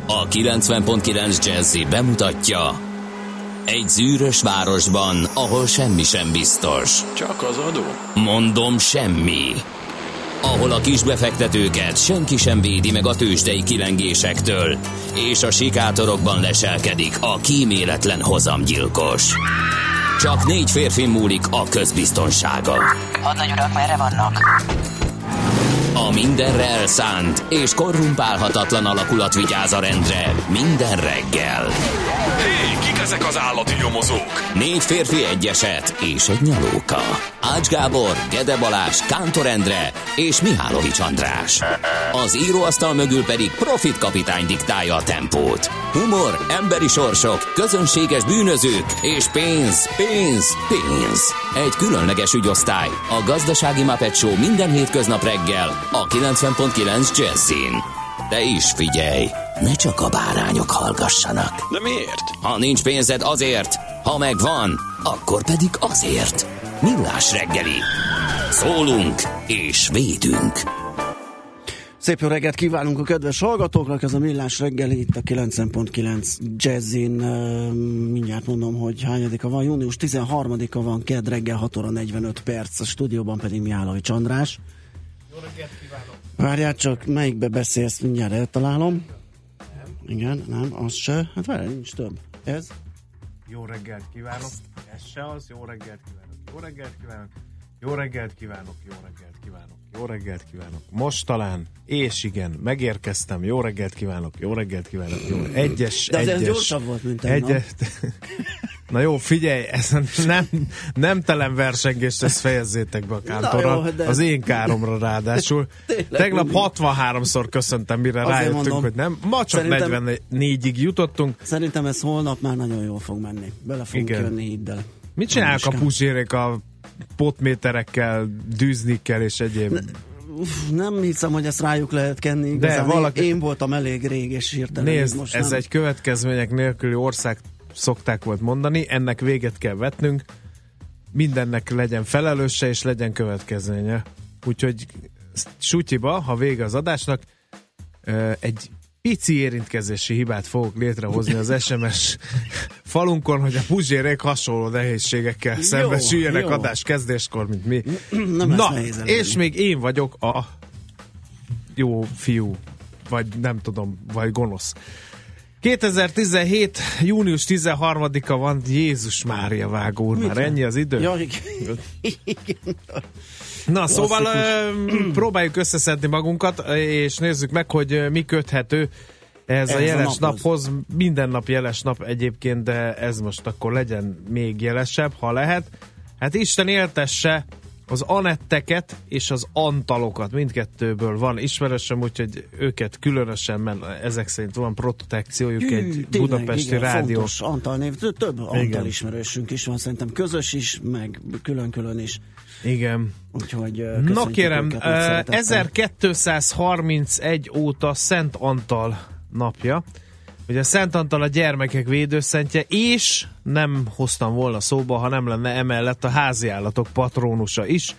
A 90.9 Jazzy bemutatja: egy zűrös városban, ahol semmi sem biztos. Csak az adó? Mondom, semmi. Ahol a kisbefektetőket senki sem védi meg a tőzsdei kilengésektől, és a sikátorokban leselkedik a kíméletlen hozamgyilkos. Csak 4 férfi múlik a közbiztonsága. Hadnagy urak, merre vannak? A mindenre elszánt és korrumpálhatatlan alakulat vigyáz a rendre minden reggel. Hé, kik ezek az állati nyomozók? 4 férfi, egy eset és egy nyalóka. Ács Gábor, Gede Balázs, Kántor Endre és Mihálovics András. Az íróasztal mögül pedig Profit kapitány diktálja a tempót. Humor, emberi sorsok, közönséges bűnözők és pénz, pénz, pénz. Egy különleges ügyosztály, a Gazdasági Muppet Show minden hétköznap reggel a 90.9 Jazzin. De is figyelj, ne csak a bárányok hallgassanak. De miért? Ha nincs pénzed, azért, ha megvan, akkor pedig azért. Millás reggeli. Szólunk és védünk. Szép jó reggelt kívánunk a kedves hallgatóknak, ez a Millás reggeli itt a 90.9 Jazzin. Mindjárt mondom, hogy hányadika van, június 13-a van, kedd reggel 6 óra 45 perc, a stúdióban pedig Mihálovics András. Jó reggelt kívánok! Várjál csak, melyikbe beszélsz, mindjárt eltalálom. Nem. Igen, nem, az se. Hát várjál, nincs több. Ez? Jó reggelt kívánok! Ez se az, jó reggelt kívánok! Jó reggelt kívánok! Jó reggelt kívánok! Jó reggelt kívánok! Jó reggelt kívánok! Most talán, és igen, megérkeztem. Jó reggelt kívánok! Jó reggelt kívánok! Jó, egyes. De ez gyorsabb volt, mint Na jó, figyelj, ez nem telen versengést, ezt fejezzétek be a Kántorral, az én káromra ráadásul. Tegnap 63-szor köszöntem, mire azért rájöttünk, mondom, hogy nem. Ma csak 44-ig jutottunk. Szerintem ez holnap már nagyon jól fog menni. Bele fogunk jönni, hidd el. Mit csinálják a Puzsérék a potméterekkel, dűznikkel és egyéb? Nem hiszem, hogy ezt rájuk lehet kenni. Igazán én voltam elég rég, és hirtelen. Nézd, most ez nem. Egy következmények nélküli ország, szokták volt mondani, ennek véget kell vetnünk, mindennek legyen felelőse és legyen következménye. Úgyhogy sutyiba, ha vége az adásnak, egy pici érintkezési hibát fogok létrehozni az SMS falunkon, hogy a Puzsérék hasonló nehézségekkel szembesüljenek adás kezdéskor, mint mi. Na, és még én vagyok a jó fiú, vagy nem tudom, vagy gonosz. 2017. június 13-a van, Jézus Mária vágó úr, már ennyi az idő? Ja, igen. Na, szóval próbáljuk összeszedni magunkat, és nézzük meg, hogy mi köthető ez a jeles naphoz. Minden nap jeles nap egyébként, de ez most akkor legyen még jelesebb, ha lehet. Hát Isten éltesse az Anetteket és az Antalokat, mindkettőből van ismerősöm, úgyhogy őket különösen, mert ezek szerint van protekciójuk egy budapesti igen, rádió. Fontos Antal név, több Antal ismerősünk is van, szerintem közös is, meg külön-külön is. Igen. Úgyhogy na kérem, 1231 óta Szent Antal napja. Ugye Szent Antal a gyermekek védőszentje, és nem hoztam volna szóba, ha nem lenne emellett a háziállatok patrónusa is.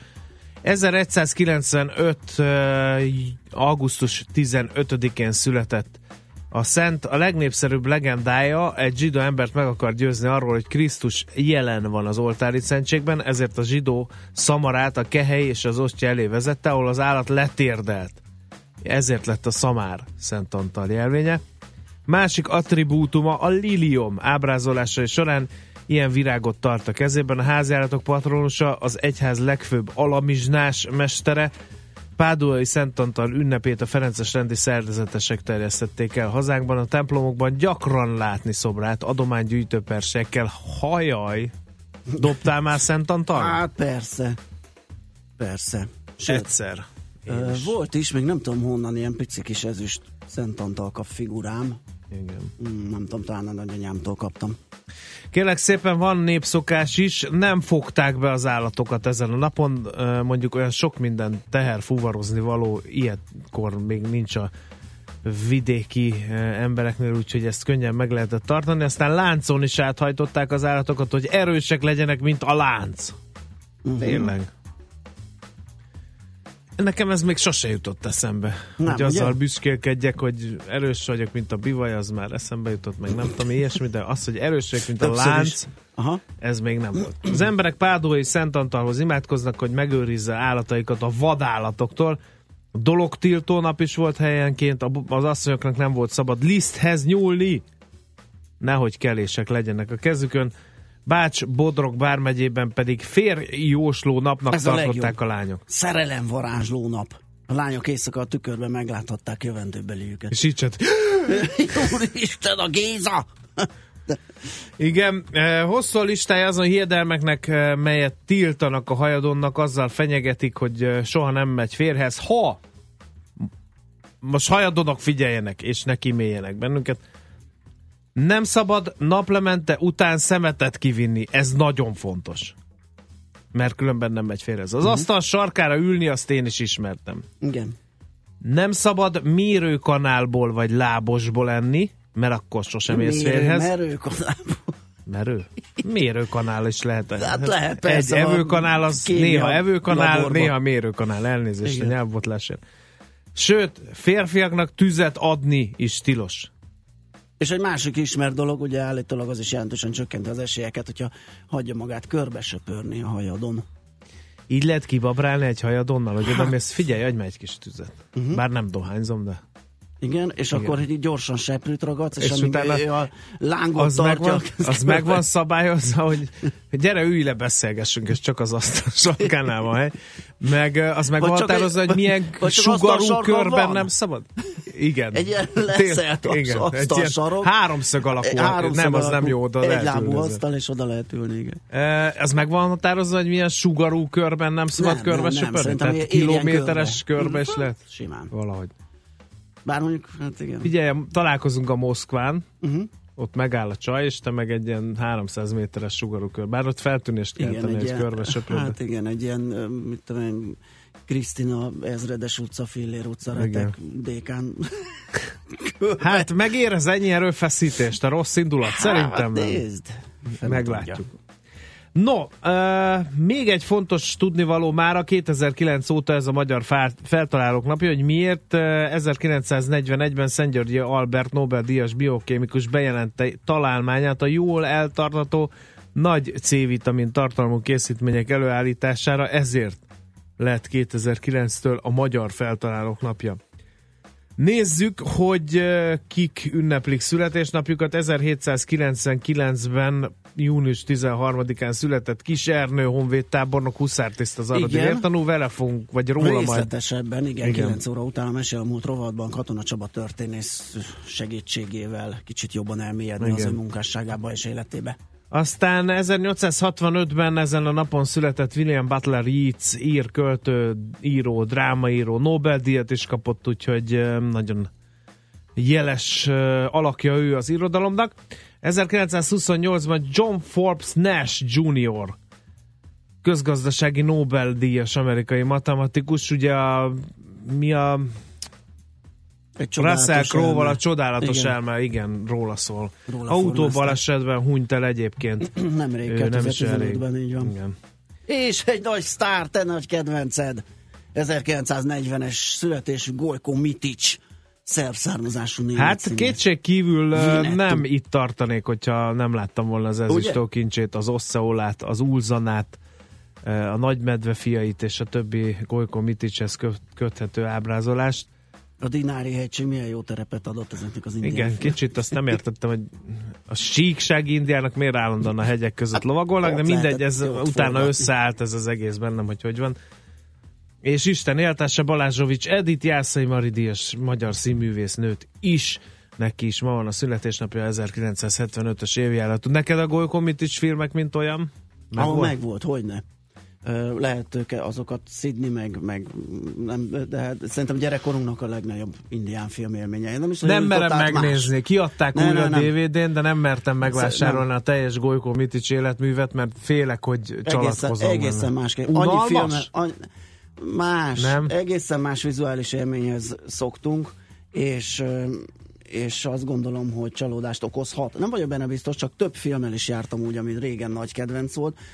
1195. augusztus 15-én született a szent. A legnépszerűbb legendája, egy zsidó embert meg akar győzni arról, hogy Krisztus jelen van az oltári szentségben, ezért a zsidó szamarát a kehely és az ostya elé vezette, ahol az állat letérdelt. Ezért lett a szamár Szent Antal jelvénye. Másik attribútuma a lilium ábrázolásai során ilyen virágot tart a kezében. A háziállatok patronusa, az egyház legfőbb alamizsnás mestere. Páduai Szent Antal ünnepét a ferences rendi szerzetesek terjesztették el hazánkban. A templomokban gyakran látni szobrát adománygyűjtőpersekkel. Hajaj! Dobtál már Szent Antal? Hát persze. Sőt, egyszer. Volt is, még nem tudom honnan, ilyen pici kis ezüst Szent Antal kap figurám. Igen. Nem tudom, talán a nagyanyámtól kaptam. Kérlek szépen, van népszokás is, nem fogták be az állatokat ezen a napon, mondjuk olyan sok minden teher, fuvarozni való, ilyenkor még nincs a vidéki embereknél, úgyhogy ezt könnyen meg lehetett tartani. Aztán láncon is áthajtották az állatokat, hogy erősek legyenek, mint a lánc. Tényleg. Nekem ez még sose jutott eszembe. Nem, hogy azzal ugye? büszkélkedjek, hogy erős vagyok, mint a bivaj, az már eszembe jutott, meg nem tudom, ilyesmi, de az, hogy erős vagyok, mint a Többször lánc, is. Aha. ez még nem volt. Az emberek Pádói Szent Antalhoz imádkoznak, hogy megőrizze állataikat a vadállatoktól. A dologtiltó nap is volt helyenként, az asszonyoknak nem volt szabad liszthez nyúlni. Nehogy kelések legyenek a kezükön. Bács-Bodrog vármegyében pedig férjjósló napnak Ez a tartották legjobb. a lányok. Szerelemvarázsló nap. A lányok éjszaka a tükörben megláthatták jövendőbeliüket. És így csat. Úristen, a Géza! Igen, hosszú a listája azon hiedelmeknek, melyet tiltanak a hajadonnak, azzal fenyegetik, hogy soha nem megy férhez, ha most hajadonok figyeljenek, és ne kíméljenek bennünket. Nem szabad naplemente után szemetet kivinni, ez nagyon fontos. Mert különben nem megy férhez. Az asztal sarkára ülni, azt én is ismertem. Igen. Nem szabad mérőkanálból vagy lábosból enni, mert akkor sosem érsz férhez. Merőkanálból. Merő? Mérőkanál is lehet. Hát lehet, persze, egy evőkanál az kémia néha evőkanál, laborba. néha mérőkanál. Elnézést, Igen. a nyelvbotlásért. Sőt, férfiaknak tüzet adni is tilos. És egy másik ismert dolog, ugye állítólag az is jelentősen csökkenti az esélyeket, hogyha hagyja magát körbesöpörni a hajadon. Így lehet kibabrálni egy hajadonnal, hogy oda mész, figyelj, adj már egy kis tüzet. Bár nem dohányzom, de... Igen, és Igen. akkor így gyorsan seprűt ragadsz, és És amíg utána a lángot tartja. az megvan szabályozva, hogy gyere, ülj le, beszélgessünk, és csak az asztal sarkánál van hely. Meg az meg Vagy van csak határozva, hogy milyen vagy csak sugarú asztalsarkon körben van? nem szabad. Igen. Egy ilyen leszelt Igen, egy ilyen asztalsarok. háromszög alakú. Nem, az nem jó, oda egy lehet lábú ülni. asztal, és oda lehet ülni, igen. Ez meg van határozva, hogy milyen sugarú körben nem szabad körbe söpörni? szerintem Tehát éljen kilométeres körbe is lehet? Simán. Valahogy. Bár mondjuk, hát igen. Figyelj, találkozunk a Moszkván, ott megáll a csaj, és te meg egy ilyen 300 méteres sugarú kör. Bár ott feltűnést kell tenni, hogy körbe söpörd. Hát igen, egy ilyen, mit tudom én, Krisztina Ezredes utca, Fillér utca, Retek, Dékán. Hát megérez ennyi erőfeszítést, a rossz indulat? Szerintem Hát nem. nézd. Meglátjuk. No, még egy fontos tudnivaló mára 2009 óta ez a magyar feltalálók napja, hogy miért 1941-ben Szentgyörgyi Albert Nobel-díjas biokémikus bejelentette találmányát a jól eltartató nagy C-vitamin tartalmú készítmények előállítására, ezért lett 2009-től a magyar feltalálók napja. Nézzük, hogy kik ünneplik születésnapjukat. 1799-ben június 13-án született Kis Ernő honvédtábornok, huszártiszt az aradi vértanú, vele fogunk, vagy róla majd. Részletesebben, igen, 9 óra után a Mesél a múlt rovatban Katona Csaba történész segítségével kicsit jobban elmélyedni az ő munkásságába és életébe. Aztán 1865-ben ezen a napon született William Butler Yeats, ír, költő, író, drámaíró, Nobel-díjat is kapott, úgyhogy nagyon jeles alakja ő az irodalomnak. 1928-ban John Forbes Nash Jr. közgazdasági Nobel-díjas amerikai matematikus, ugye Russell Crowe-val a csodálatos elme, igen, róla szól. Autóbalesetben hunyt el egyébként. Nemrég, 2015-ben, így van. Igen. És egy nagy sztár, te nagy kedvenced, 1940-es születésű Gojko Mitić, szerb származású német Hát színész. kétség kívül nem itt tartanék, hogyha nem láttam volna az ezüsttókincsét, az Oszeolát, az Ulzanát, a Nagymedve fiait és a többi Gojko Mitićhez köthető ábrázolást. A Dinári hegység milyen jó terepet adott ezeknek az indián. Igen, kicsit azt nem értettem, hogy a síksági indiának miért állandóan a hegyek között lovagolnak, de mindegy, ez utána összeállt ez az egész bennem, hogy van. És Isten éltesse Balázsovics Edith, Jászai Mari díjas magyar színművész nőt is, neki is ma van a születésnapja, 1975-ös évjáratú. Neked a Gojko Mitić filmek, mint olyan? Megvolt, hogyne. Lehet azokat szidni, meg nem, de hát szerintem gyerekkorunknak a legnagyobb indián filmélménye. Nem merem megnézni. Kiadták újra DVD-n, de nem mertem megvásárolni a teljes Gojko Mitić életművet, mert félek, hogy csalatkozom. Egészen más. Unalmas? Annyi film, más, nem? Egészen más vizuális élményhez szoktunk, és azt gondolom, hogy csalódást okozhat. Nem vagyok benne biztos, csak több filmmel is jártam úgy, ami régen nagy kedvenc volt.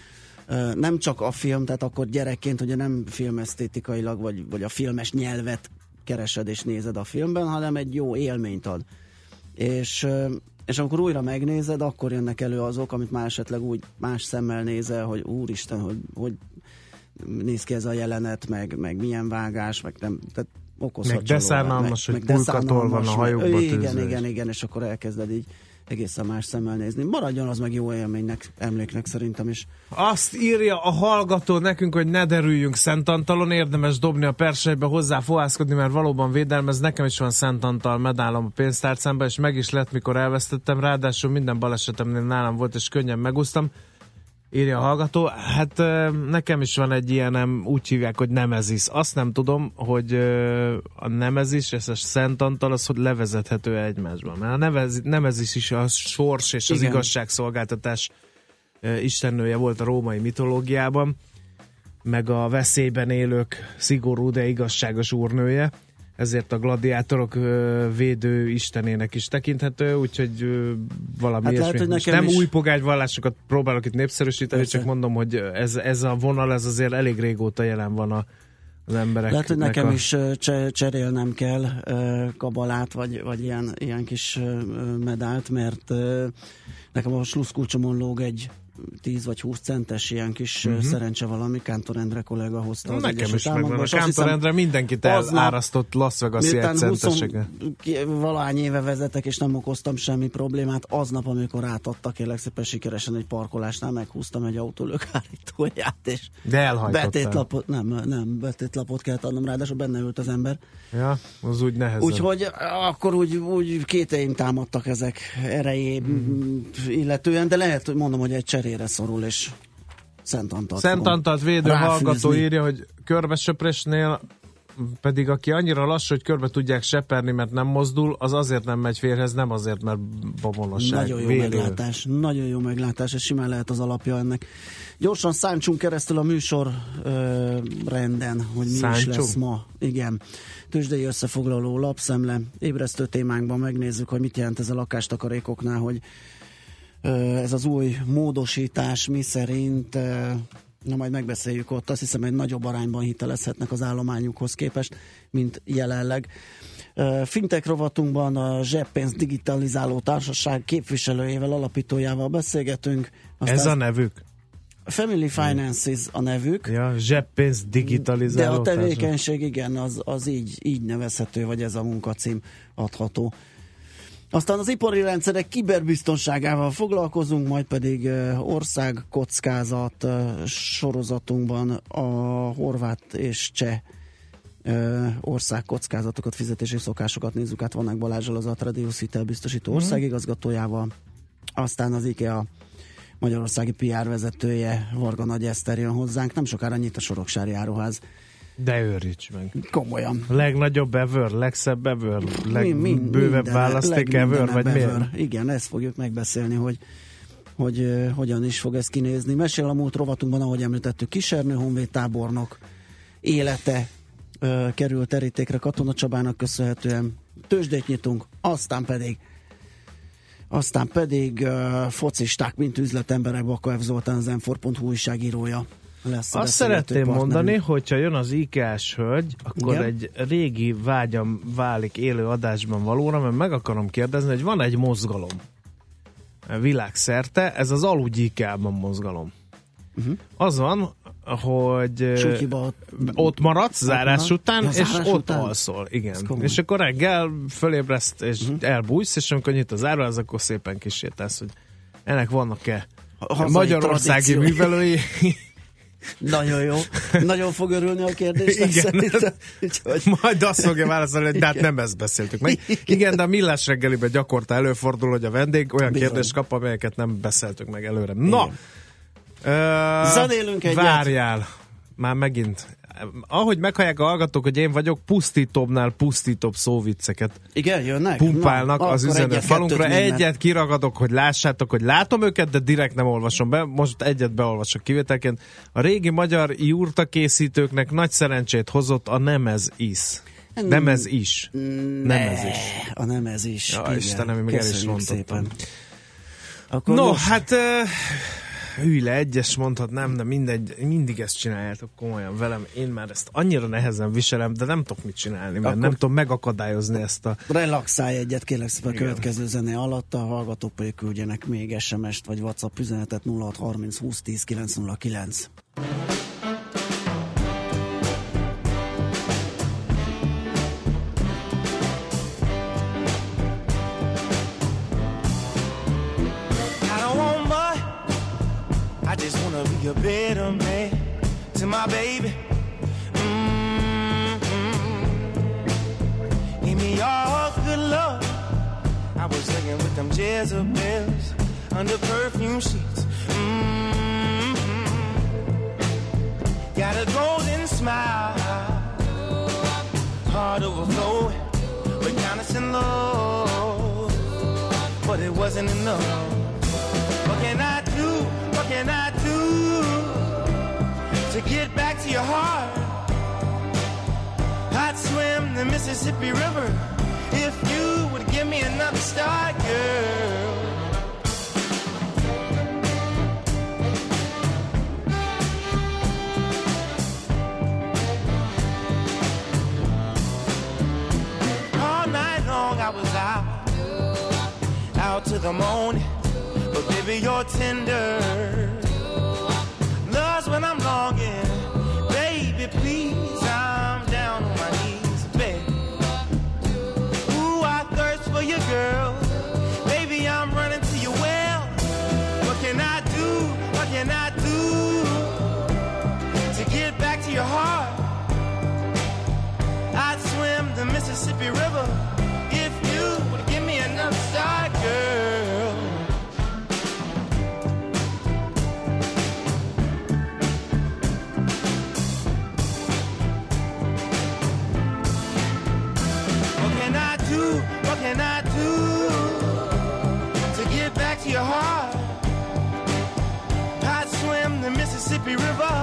nem csak a film, tehát akkor gyerekként ugye nem filmesztétikailag, vagy a filmes nyelvet keresed és nézed a filmben, hanem egy jó élményt ad. És amikor újra megnézed, akkor jönnek elő azok, amit már esetleg úgy más szemmel nézel, hogy úristen, hogy néz ki ez a jelenet, meg milyen vágás, meg nem, tehát okozhat meg deszárnalmas, hogy pulkatól van a hajókba tűzve. Igen, és akkor elkezded így egészen más szemmel nézni. Maradjon az meg jó élménynek, emléknek szerintem is. Azt írja a hallgató nekünk, hogy ne derüljünk Szent Antalon, érdemes dobni a persejbe, hozzá fohászkodni, mert valóban védelmez. Nekem is van Szent Antal medálom a pénztárcámban, és meg is lett, mikor elvesztettem, ráadásul minden balesetemnél nálam volt, és könnyen megúsztam. Írja a hallgató. Hát nekem is van egy ilyenem, úgy hívják, hogy Nemezis. Azt nem tudom, hogy a Nemezis és a Szent Antal az, hogy levezethető egymásban. Mert a Nemezis is a sors és az igazságszolgáltatás istennője volt a római mitológiában, meg a veszélyben élők szigorú, de igazságos úrnője. Ezért a gladiátorok védő istenének is tekinthető, úgyhogy valami ilyesmi. Nem új pogágyvallásokat próbálok itt népszerűsíteni, csak mondom, hogy ez a vonal, ez azért elég régóta jelen van az embereknek. Lehet, hogy nekem is cserélnem kell kabalát, vagy ilyen kis medált, mert nekem a sluszkulcsomon lóg egy 10 vagy 20 centes ilyen kis szerencse valami, Kántor Endre kollega hozta az nekem is megvan. A Kántor Endre mindenkit elárasztott Las Vegas-i egycenteseket. Valahány éve vezetek, és nem okoztam semmi problémát. Aznap, amikor átadtak, kérlek szépen sikeresen egy parkolásnál, meghúztam egy autólökhárítóját, és betétlapot kellett adnom, ráadásul benne ült az ember. Ja, az úgy nehezen. Úgyhogy akkor úgy kételjeim támadtak ezek erejében illetően, de lehet, mondom, hogy egy cserére szorul, és Szent Antalt védő hallgató írja, hogy körbesöprésnél pedig aki annyira lassú, hogy körbe tudják seperni, mert nem mozdul, az azért nem megy férhez, nem azért, mert babonosság. Nagyon jó meglátás, és simán lehet az alapja ennek. Gyorsan szántsunk keresztül a műsor renden, hogy mi is lesz ma. Igen. Tőzsdei összefoglaló, lapszemle, ébresztő témánkban megnézzük, hogy mit jelent ez a lakástakarékoknál, hogy ez az új módosítás, mi szerint, na majd megbeszéljük ott, azt hiszem, egy nagyobb arányban hitelezhetnek az állományukhoz képest, mint jelenleg. Fintech rovatunkban a Zseppénz digitalizáló társaság képviselőjével, alapítójával beszélgetünk. Aztán ez a nevük? Family Finances a nevük. Ja, Zseppénz digitalizáló de a tevékenység, igen, az így nevezhető, vagy ez a munkacím adható. Aztán az ipari rendszerek kiberbiztonságával foglalkozunk, majd pedig országkockázat sorozatunkban a horvát és cseh országkockázatokat, fizetési szokásokat nézzük át Vanák Balázsral, az Atradius hitelbiztosító országigazgatójával. Aztán az IKEA magyarországi PR vezetője, Varga Nagy Eszter jön hozzánk. Nem sokára nyit a Soroksári Áruház. De őríts meg. Komolyan. Legnagyobb ever, legszebb ever, legbővebb választék ever, vagy miért? Igen, ezt fogjuk megbeszélni, hogy hogyan is fog ez kinézni. Mesél a múlt rovatunkban, ahogy említettük, Kisernő honvéd tábornok élete került terítékre Katona Csabának köszönhetően. Tőzsdét nyitunk, aztán pedig focisták, mint üzletemberek, Baka F. Zoltán, az m4.hu újságírója lesz. Azt szeretném mondani, hogyha jön az IKEA-s hölgy, akkor egy régi vágyam válik élő adásban valóra, mert meg akarom kérdezni, hogy van egy mozgalom világszerte, ez az aludj IKEA-ban mozgalom. Az van, hogy ott maradsz zárás után, és ott alszol. Igen. És akkor reggel fölébreszt, és elbújsz, és amikor nyit az áruház, akkor szépen kisétálsz, hogy ennek vannak-e magyarországi művelői. Nagyon jó. Nagyon fog örülni a kérdésnek. Igen. Majd azt fogja válaszolni, hogy de hát nem ezt beszéltük meg. Igen, de a Millás reggeliben gyakorta előfordul, hogy a vendég olyan kérdést kap, amelyeket nem beszéltük meg előre. Na! Zenélünk egyet. Várjál! Már megint. Ahogy meghallják a hallgatók, hogy én vagyok, pusztítóbbnál pusztítóbb szóvicceket. Igen, jönnek? Pumpálnak az üzenet falunkra. Egyet kiragadok, hogy lássátok, hogy látom őket, de direkt nem olvasom be. Most egyet beolvasok kivételként. A régi magyar jurta készítőknek nagy szerencsét hozott a Nemez is. Nemez is. A Nemez is. Ja, Istenem, még el is rontottam. Akkor no, hát... ülj le, egyes mondhatnám, de mindig ezt csináljátok komolyan velem. Én már ezt annyira nehezen viselem, de nem tudok mit csinálni, mert nem tudom megakadályozni ezt a... Relaxálj egyet, kérlek szépen a következő zene alatt, a hallgatók pedig küldjenek még SMS-t vagy WhatsApp üzenetet 0630 20 10 909. A better man to my baby. Give me all good love. I was laying with them Jezebels under perfume sheets. Got a golden smile, heart overflowing, but honest and low. But it wasn't enough. What can I do? What can I do to get back to your heart? I'd swim the Mississippi River if you would give me another start, girl. All night long I was out to the morning. But baby, you're tender. Love's when I'm longing. Baby, please, I'm down on my knees, baby. Ooh, I thirst for you, girl. Baby, I'm running to your well. What can I do? What can I do to get back to your heart? I'd swim the Mississippi River if you would give me another start, girl. What can I do to get back to your heart? I'd swim the Mississippi River.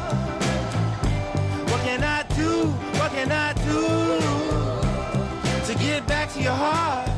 What can I do? What can I do to get back to your heart?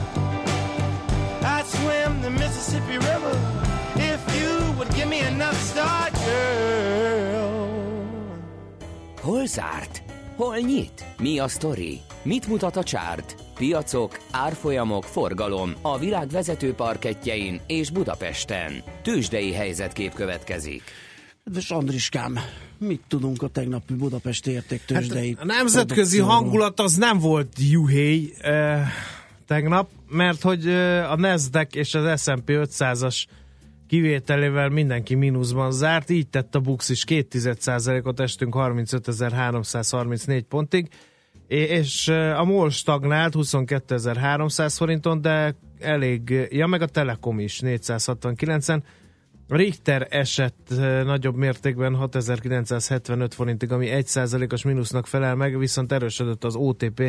I'd swim the Mississippi River if you would give me another start, girl. Hol zárt? Hol nyit? Mi a sztori? Mit mutat a csárt? Piacok, árfolyamok, forgalom a világ vezető parkettjein és Budapesten. Tőzsdei helyzetkép következik. Kedves Andriskám, mit tudunk a tegnapi budapesti értéktőzsdei? Hát a nemzetközi hangulat az nem volt juhéj tegnap, mert hogy a Nasdaq és az S&P 500-as kivételével mindenki mínuszban zárt, így tett a Bux is, 0,2%-ot estünk 35.334 pontig, és a MOL stagnált 22.300 forinton, de elég, meg a Telekom is 469-en, Richter esett nagyobb mértékben 6.975 forintig, ami 1%-os mínusznak felel meg, viszont erősödött az OTP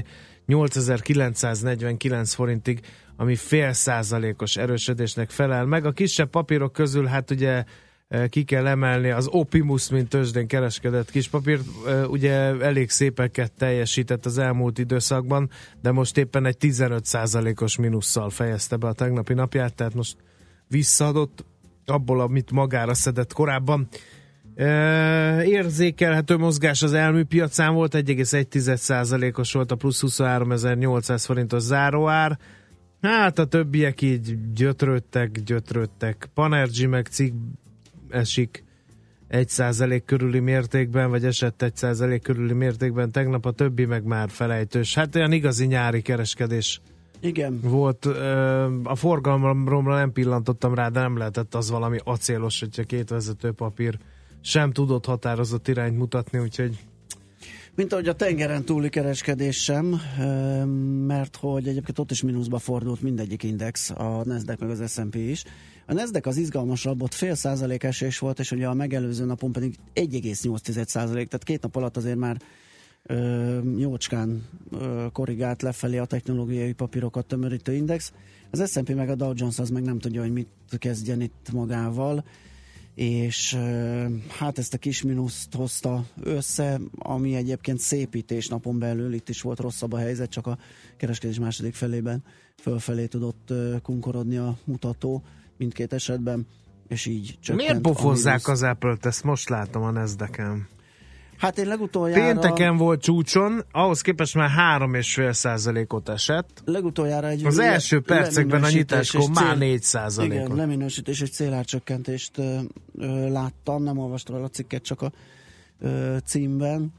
8.949 forintig, ami 0,5%-os erősödésnek felel meg. A kisebb papírok közül hát ugye ki kell emelni az Opimus, mint tőzsdén kereskedett kispapírt, ugye elég szépeket teljesített az elmúlt időszakban, de most éppen egy 15%-os mínusszal fejezte be a tegnapi napját, tehát most visszaadott abból, amit magára szedett korábban. Érzékelhető mozgás az elmű piacán volt, 1,1%-os volt a plusz 23.800 forintos záróár. Hát a többiek így gyötrődtek. Panergy meg cikk esik 1% körüli mértékben, vagy esett 1% körüli mértékben tegnap, a többi meg már felejtős. Hát olyan igazi nyári kereskedés. Igen. Volt, a forgalomra nem pillantottam rá, de nem lehetett az valami acélos, hogyha két vezetőpapír sem tudott határozott irányt mutatni, úgyhogy... Mint ahogy a tengeren túli kereskedés sem, mert hogy egyébként ott is mínuszba fordult mindegyik index, a Nasdaq meg az S&P is. A Nasdaq az izgalmasabb, ott 0,5% esés volt, és ugye a megelőző napon pedig 1,8%, tehát 2 nap alatt azért már jócskán korrigált lefelé a technológiai papírokat tömörítő index. Az S&P meg a Dow Jones az meg nem tudja, hogy mit kezdjen itt magával, és hát ezt a kis mínuszt hozta össze, ami egyébként szépítés napon belül, itt is volt rosszabb a helyzet, csak a kereskedés második felében fölfelé tudott kunkorodni a mutató mindkét esetben. és így csökkent. Miért pofozzák az Apple-t? Ezt most látom a Nasdaq-en. Hát én legutoljára... Pénteken volt csúcson, ahhoz képest már 3,5%-ot esett. Legutoljára egy... Az első percekben a nyitáskor már 4%-ot. Igen, leminősítés és célárcsökkentést láttam, nem olvastam el a cikket, csak a címben.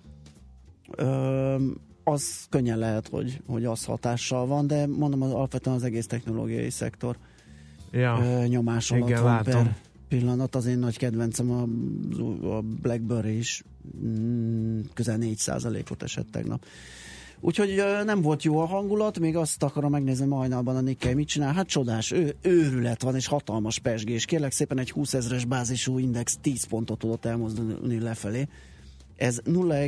Az könnyen lehet, hogy az hatással van, de mondom, alapvetően az egész technológiai szektor nyomás alatt igen, van látom. per pillanat. Az én nagy kedvencem a BlackBerry is közel 4%-ot esett tegnap. Úgyhogy nem volt jó a hangulat, még azt akarom megnézni hajnalban a Nikkei mit csinál. Hát csodás, őrület van, és hatalmas pesgés. Kérlek szépen egy 20 000-es bázisú index 10 pontot tudott elmozdulni lefelé. Ez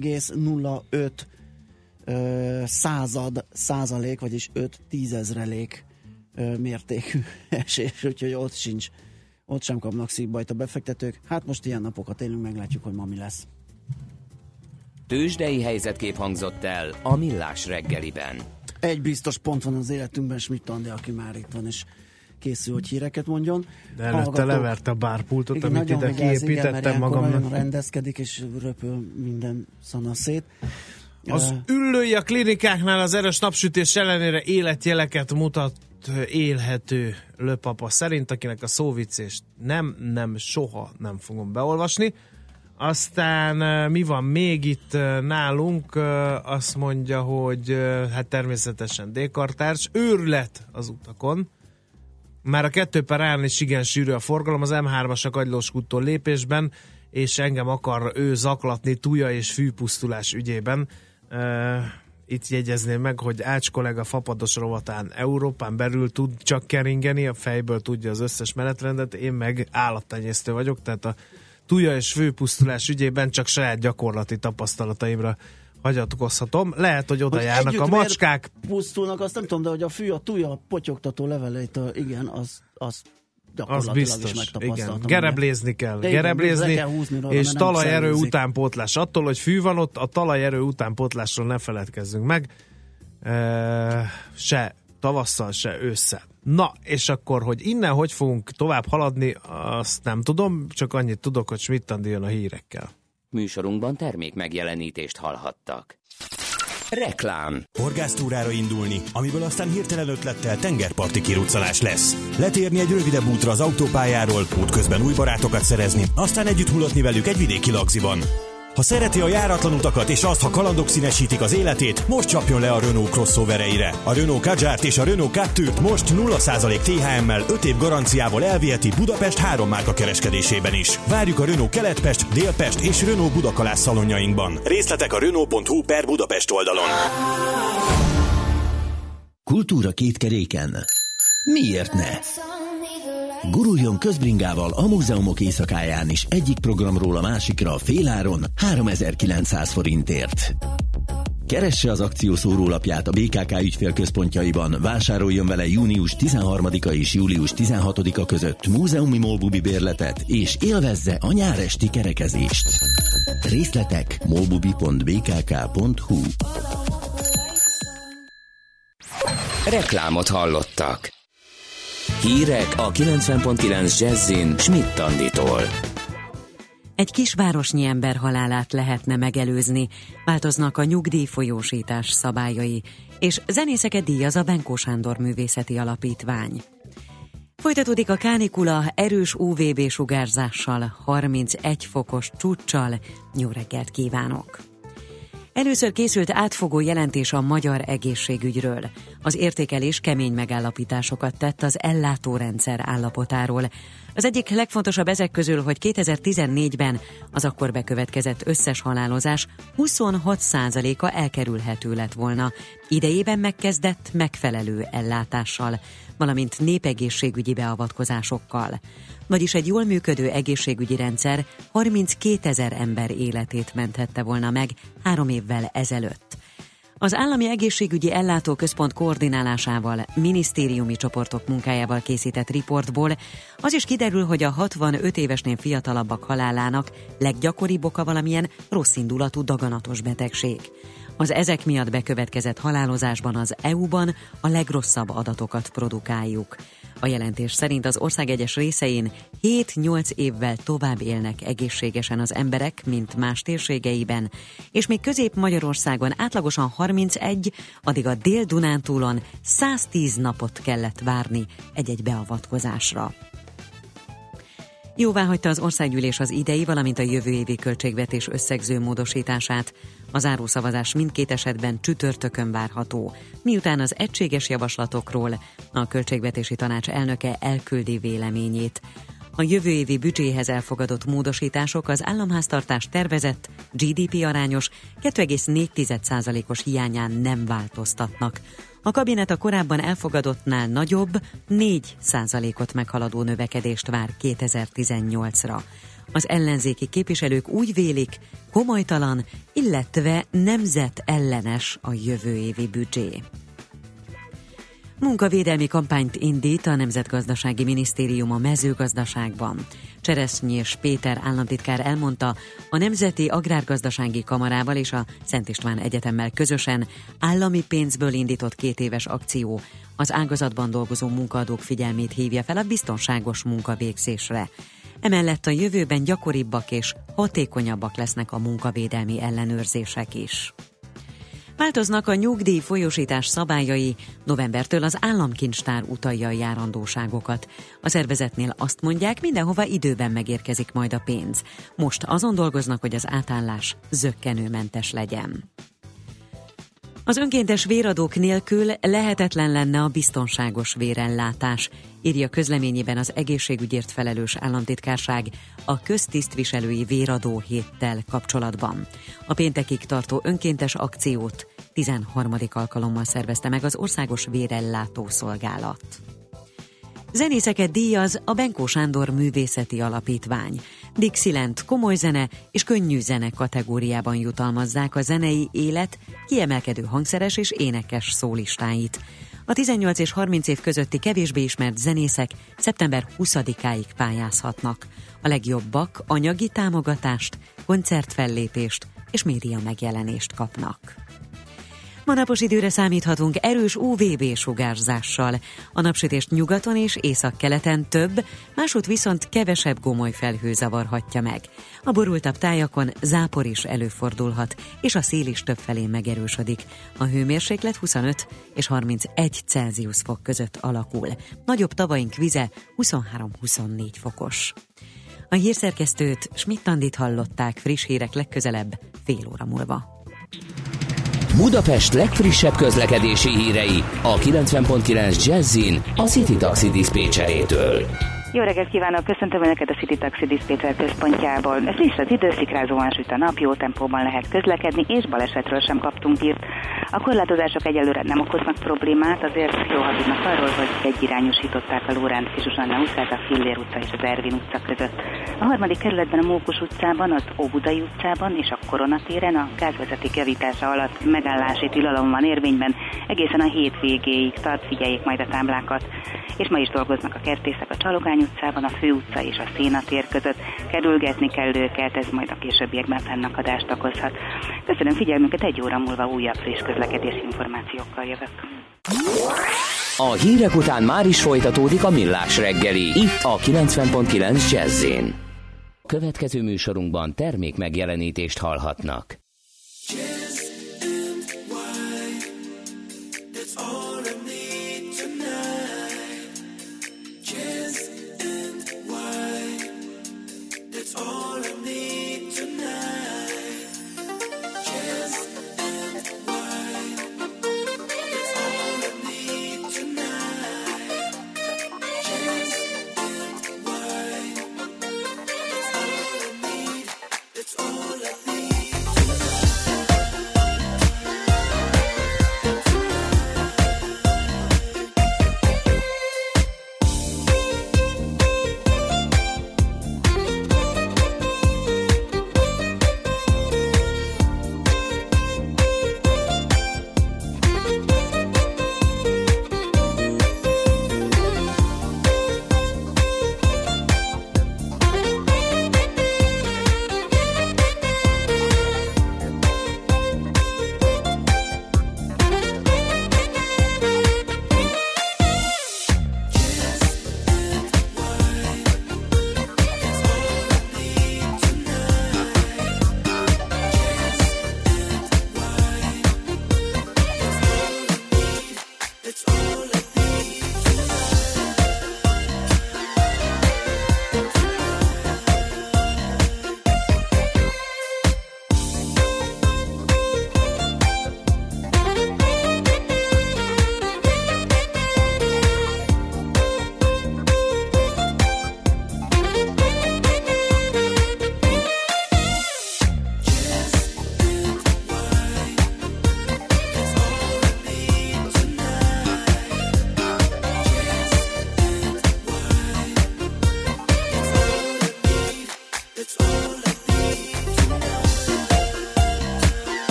0,05 százalék, vagyis 5/10,000 mértékű esés, úgyhogy ott sem kapnak szívbajt a befektetők. Hát most ilyen napokat élünk, meglátjuk, hogy ma mi lesz. Tőzsdei helyzetkép hangzott el a Millás reggeliben. Egy biztos pont van az életünkben, Schmidt Andi, aki már itt van, és készül, hogy híreket mondjon. De előtte leverte a bárpultot, igen, amit ide kiépítettem magamnak. Nagyon rendezkedik, és röpül minden szana szét. Az Üllői a klinikáknál az erős napsütés ellenére életjeleket mutat élhető Löpapa szerint, akinek a szóviccést soha nem fogom beolvasni. Aztán mi van még itt nálunk? Azt mondja, hogy hát természetesen D-kartárs. Őrület az utakon. Már a 2/3 is igen sűrű a forgalom, az M3-as a Kagylós úttól lépésben, és engem akar ő zaklatni tuja és fűpusztulás ügyében. Itt jegyezném meg, hogy Ács kollega fapados rovatán Európán belül tud csak keringeni, a fejből tudja az összes menetrendet, én meg állattenyésztő vagyok, tehát a tuja és fűpusztulás ügyében csak saját gyakorlati tapasztalataimra hagyatkozhatom. Lehet, hogy oda járnak a macskák. Pusztulnak, azt nem tudom, de hogy a fű, a tuja, a potyogtató leveleitől, igen, az gyakorlatilag az biztos, is megtapasztaltam. igen. Gereblézni kell. Gereblézni, és talajerő utánpótlás. Attól, hogy fű van ott, a talajerő utánpótlásról ne feledkezzünk meg. Se tavasszal, se ősszel. Na, és akkor, hogy innen hogy fogunk tovább haladni, azt nem tudom, csak annyit tudok, hogy Schmidt Andi jön a hírekkel. Műsorunkban termék megjelenítést hallhattak. Reklám. Horgásztúrára indulni, amiből aztán hirtelen ötlettel tengerparti kiruccanás lesz. Letérni egy rövidebb útra az autópályáról, útközben új barátokat szerezni, aztán együtt mulatni velük egy vidéki lagziban. Ha szereti a járatlan utakat és azt, ha kalandok színesítik az életét, most csapjon le a Renault crossovereire. A Renault Kadjart és a Renault Captur-t most 0% THM-mel 5 év garanciával elviheti Budapest 3 márka kereskedésében is. Várjuk a Renault Kelet-Pest, Dél-Pest és Renault Budakalász szalonjainkban. Részletek a Renault.hu/Budapest oldalon. Kultúra két keréken. Miért ne? Guruljon közbringával a múzeumok éjszakáján is egyik programról a másikra féláron 3900 forintért. Keresse az akció szórólapját a BKK ügyfélközpontjaiban, vásároljon vele június 13-a és július 16-a között múzeumi molbubi bérletet, és élvezze a nyáresti kerekezést. Részletek molbubi.bkk.hu. Reklámot hallottak. Hírek a 90.9 Jazzin Schmidt Anditól. Egy kisvárosnyi ember halálát lehetne megelőzni, változnak a nyugdíjfolyósítás szabályai, és zenészeket díjaz a Benkó Sándor Művészeti Alapítvány. Folytatódik a kánikula erős UVB sugárzással, 31 fokos csúccsal. Jó reggelt kívánok! Először készült átfogó jelentés a magyar egészségügyről. Az értékelés kemény megállapításokat tett az ellátórendszer állapotáról. Az egyik legfontosabb ezek közül, hogy 2014-ben az akkor bekövetkezett összes halálozás 26%-a elkerülhető lett volna, idejében megkezdett megfelelő ellátással, valamint népegészségügyi beavatkozásokkal. Vagyis egy jól működő egészségügyi rendszer 32 000 ember életét menthette volna meg 3 évvel ezelőtt. Az Állami Egészségügyi Ellátóközpont koordinálásával, minisztériumi csoportok munkájával készített riportból az is kiderül, hogy a 65 évesnél fiatalabbak halálának leggyakoribb oka valamilyen rosszindulatú daganatos betegség. Az ezek miatt bekövetkezett halálozásban az EU-ban a legrosszabb adatokat produkáljuk. A jelentés szerint az ország egyes részein 7-8 évvel tovább élnek egészségesen az emberek, mint más térségeiben, és még Közép-Magyarországon átlagosan 31, addig a Dél-Dunántúlon 110 napot kellett várni egy-egy beavatkozásra. Jóváhagyta az országgyűlés az idei, valamint a jövő évi költségvetés összegző módosítását. A zárószavazás mindkét esetben csütörtökön várható, miután az egységes javaslatokról a Költségvetési Tanács elnöke elküldi véleményét. A jövő évi büdzséhez elfogadott módosítások az államháztartás tervezett GDP arányos 2,4%-os hiányán nem változtatnak. A kabinet a korábban elfogadottnál nagyobb, 4%-ot meghaladó növekedést vár 2018-ra. Az ellenzéki képviselők úgy vélik, komolytalan, illetve nemzetellenes a jövő évi büdzsé. Munkavédelmi kampányt indít a Nemzetgazdasági Minisztérium a mezőgazdaságban. Cseresznyés Péter államtitkár elmondta, a Nemzeti Agrárgazdasági Kamarával és a Szent István Egyetemmel közösen állami pénzből indított 2 éves akció az ágazatban dolgozó munkaadók figyelmét hívja fel a biztonságos munkavégzésre. Emellett a jövőben gyakoribbak és hatékonyabbak lesznek a munkavédelmi ellenőrzések is. Változnak a nyugdíj folyósítás szabályai, novembertől az államkincstár utalja a járandóságokat. A szervezetnél azt mondják, mindenhova időben megérkezik majd a pénz. Most azon dolgoznak, hogy az átállás zökkenőmentes legyen. Az önkéntes véradók nélkül lehetetlen lenne a biztonságos vérellátás, írja közleményében az egészségügyért felelős államtitkárság a köztisztviselői véradó héttel kapcsolatban. A péntekig tartó önkéntes akciót 13. alkalommal szervezte meg az Országos Vérellátó Szolgálat. Zenészeket díjaz a Benkó Sándor Művészeti Alapítvány. Dixieland komoly zene és könnyű zene kategóriában jutalmazzák a zenei élet kiemelkedő hangszeres és énekes szólistáit. A 18 és 30 év közötti kevésbé ismert zenészek szeptember 20-áig pályázhatnak. A legjobbak anyagi támogatást, koncertfellépést és média megjelenést kapnak. Ma napos időre számíthatunk erős UVB-sugárzással. A napsütést nyugaton és északkeleten több, másút viszont kevesebb gomoly felhő zavarhatja meg. A borultabb tájakon zápor is előfordulhat, és a szél is többfelé megerősödik. A hőmérséklet 25 és 31 Celsius fok között alakul. Nagyobb tavaink vize 23-24 fokos. A hírszerkesztőt, Schmidt-Andit hallották, friss hírek legközelebb fél óra múlva. Budapest legfrissebb közlekedési hírei a 90.9 Jazzin a City Taxi diszpécserétől. Jó reggelt kívánok, köszöntöm Önöket a City Taxi diszpécser központjából. Ez friss az idő, szikrázóan süt a nap, jó tempóban lehet közlekedni, és balesetről sem kaptunk hírt. A korlátozások egyelőre nem okoznak problémát, azért jó, ha tudnak arról, hogy egyirányosították a Lóránt Kis Zsuzsanna utcát a Fillér utca és az Ervin utca között. A 3. kerületben a Mókus utcában, az Óbudai utcában és a Korona téren a gázvezeték javítása alatt megállási tilalom van érvényben, egészen a hét végéig tart, figyeljék majd a táblákat. És ma is dolgoznak a kertészek a Csalogány utcában, a Fő utca és a Széna tér között. Kerülgetni kell őket, ez majd a későbbiekben fennakadást okozhat. Köszönöm figyelmünket, 1 óra múlva újabb friss közlekedési információkkal jövök. A hírek után már is folytatódik a Millás reggeli, itt a 90.9 Jazz-én. Következő műsorunkban termék megjelenítést hallhatnak. It's all I need.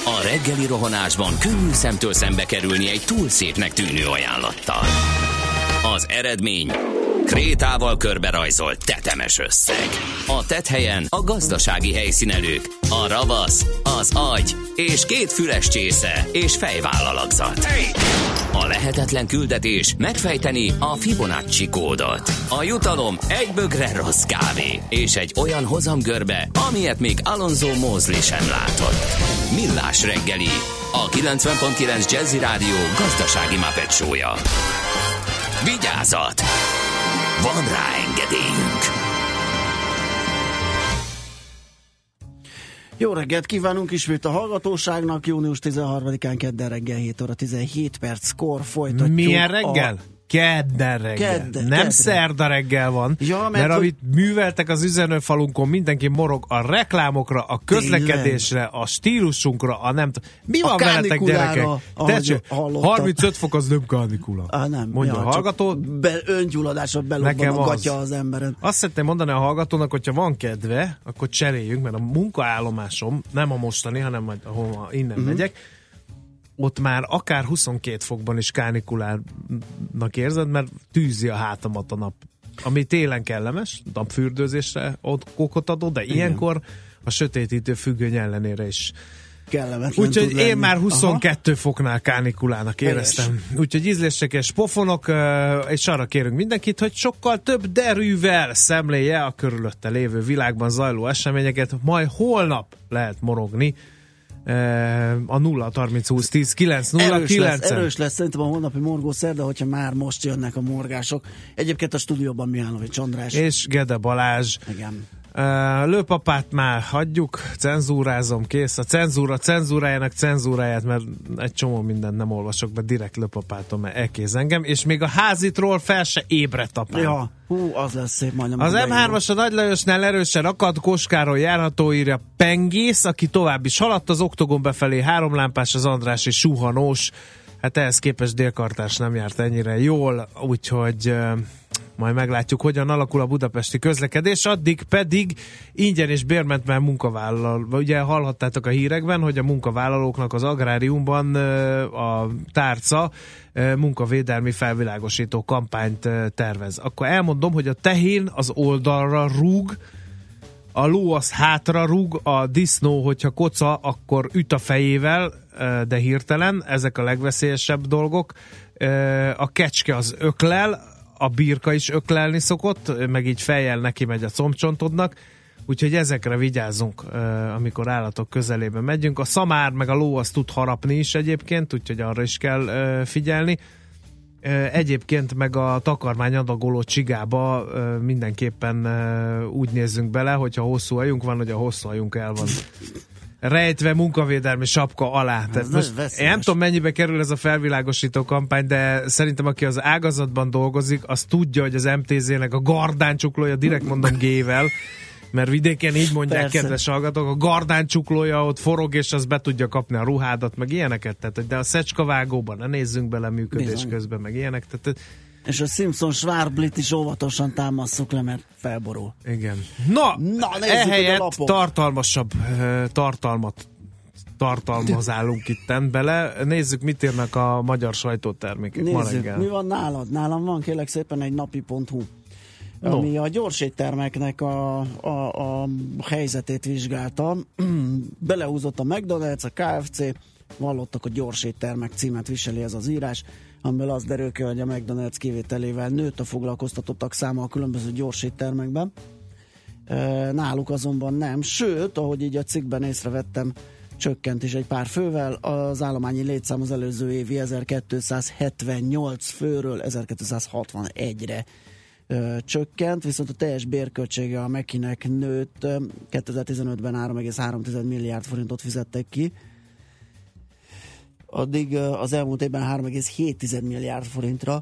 A reggeli rohanásban könnyű szemtől szembe kerülni egy túl szépnek tűnő ajánlattal. Az eredmény... krétával körberajzolt tetemes összeg. A tetthelyen a gazdasági helyszínelők, a ravasz, az agy és 2 füles csésze és fejvállalakzat. A lehetetlen küldetés megfejteni a Fibonacci kódot. A jutalom egy bögre rossz kávé és egy olyan hozamgörbe, amilyet még Alonso Mosley sem látott. Millás reggeli, a 90.9 Jazzy Rádió gazdasági Muppet show-ja. Vigyázat! Van rá engedélyünk! Jó reggelt kívánunk ismét a hallgatóságnak, június 13-án kedden reggel 7 óra 17 perckor folytatjuk. Milyen reggel? Kedden reggel. Nem szerda reggel van, ja, mert amit műveltek az üzenőfalunkon, mindenki morog a reklámokra, a közlekedésre, a stílusunkra, a nem tudom. Mi van veletek, gyerekek? 35 fok az nem kánikula. Nem. Mondja a hallgató. Öngyulladásra belobban a gatya az emberen. Azt szeretném mondani a hallgatónak, hogyha van kedve, akkor cseréljünk, mert a munkaállomásom, nem a mostani, hanem majd ahol innen megyek, ott már akár 22 fokban is kánikulának érzed, mert tűzi a hátamat a nap. Ami télen kellemes, napfürdőzésre okot adó, de ilyenkor a sötétítő függöny ellenére is kellemetlen. Úgyhogy én már 22 foknál kánikulának éreztem. Úgyhogy ízlésekes pofonok, és arra kérünk mindenkit, hogy sokkal több derűvel szemléje a körülötte lévő világban zajló eseményeket, majd holnap lehet morogni a 0-30-20-10-9-0-9. Erős lesz szerintem a holnapi morgó szerda, hogyha már most jönnek a morgások. Egyébként a stúdióban Mihálovics András. És Gede Balázs. Igen. Lőpapát már hagyjuk, cenzúrázom, kész. A cenzúrájának cenzúráját, mert egy csomó mindent nem olvasok be, direkt lőpapátom, mert elkéz engem, és még a házitról fel se ébredt apám. Ja, az lesz szép majdnem. Az M3-as a Nagy Lajosnál erősen akadt, Koskáról járható, írja Pengész, aki tovább is haladt, az oktogon befelé 3 lámpás, az András és suhanós. Hát ehhez képest Délkartás nem járt ennyire jól, úgyhogy majd meglátjuk, hogyan alakul a budapesti közlekedés, addig pedig ingyen és bérmentben munkavállaló. Ugye hallhattátok a hírekben, hogy a munkavállalóknak az agráriumban a tárca munkavédelmi felvilágosító kampányt tervez. Akkor elmondom, hogy a tehén az oldalra rúg, a ló az hátra rúg, a disznó, hogyha koca, akkor üt a fejével, de hirtelen, ezek a legveszélyesebb dolgok. A kecske az öklel, a birka is öklelni szokott, meg így fejjel neki megy a combcsontodnak, úgyhogy ezekre vigyázzunk, amikor állatok közelébe megyünk. A szamár meg a ló az tud harapni is egyébként, úgyhogy arra is kell figyelni. Egyébként meg a takarmány adagoló csigába mindenképpen úgy nézzünk bele, hogyha hosszú hajunk van, hogy a hosszú hajunk el van rejtve munkavédelmi sapka alá. Tehát most én nem tudom, mennyibe kerül ez a felvilágosító kampány, de szerintem aki az ágazatban dolgozik, az tudja, hogy az MTZ-nek a gardáncsuklója, direkt mondom G-vel, mert vidéken így mondják, persze, kedves hallgatók, a gardáncsuklója ott forog, és az be tudja kapni a ruhádat, meg ilyeneket, tehát, de a szecskavágóban ne nézzünk bele működés bizony közben, meg ilyenek. Tehát, és a Simpson Schwarblit is óvatosan támasszuk le, mert felborul. Igen. Na ehelyett tartalmasabb tartalmat tartalmazálunk itten bele. Nézzük, mit írnak a magyar sajtótermékek ma reggel. Mi van nálad? Nálam van kérlek szépen egy napi.hu, ami a gyorséttermeknek a helyzetét vizsgálta. Belehúzott a McDonald's, a KFC, vallottak, a gyorséttermek címet viseli ez az írás, amiből az derül ki, hogy a McDonald's kivételével nőtt a foglalkoztatottak száma a különböző gyorséttermekben. Náluk azonban nem, sőt, ahogy így a cikkben észrevettem, csökkent is egy pár fővel, az állományi létszám az előző évi 1278 főről 1261-re csökkent, viszont a teljes bérköltsége a Mekinek nőtt, 2015-ben 3,3 milliárd forintot fizettek ki, addig az elmúlt évben 3,7 milliárd forintra.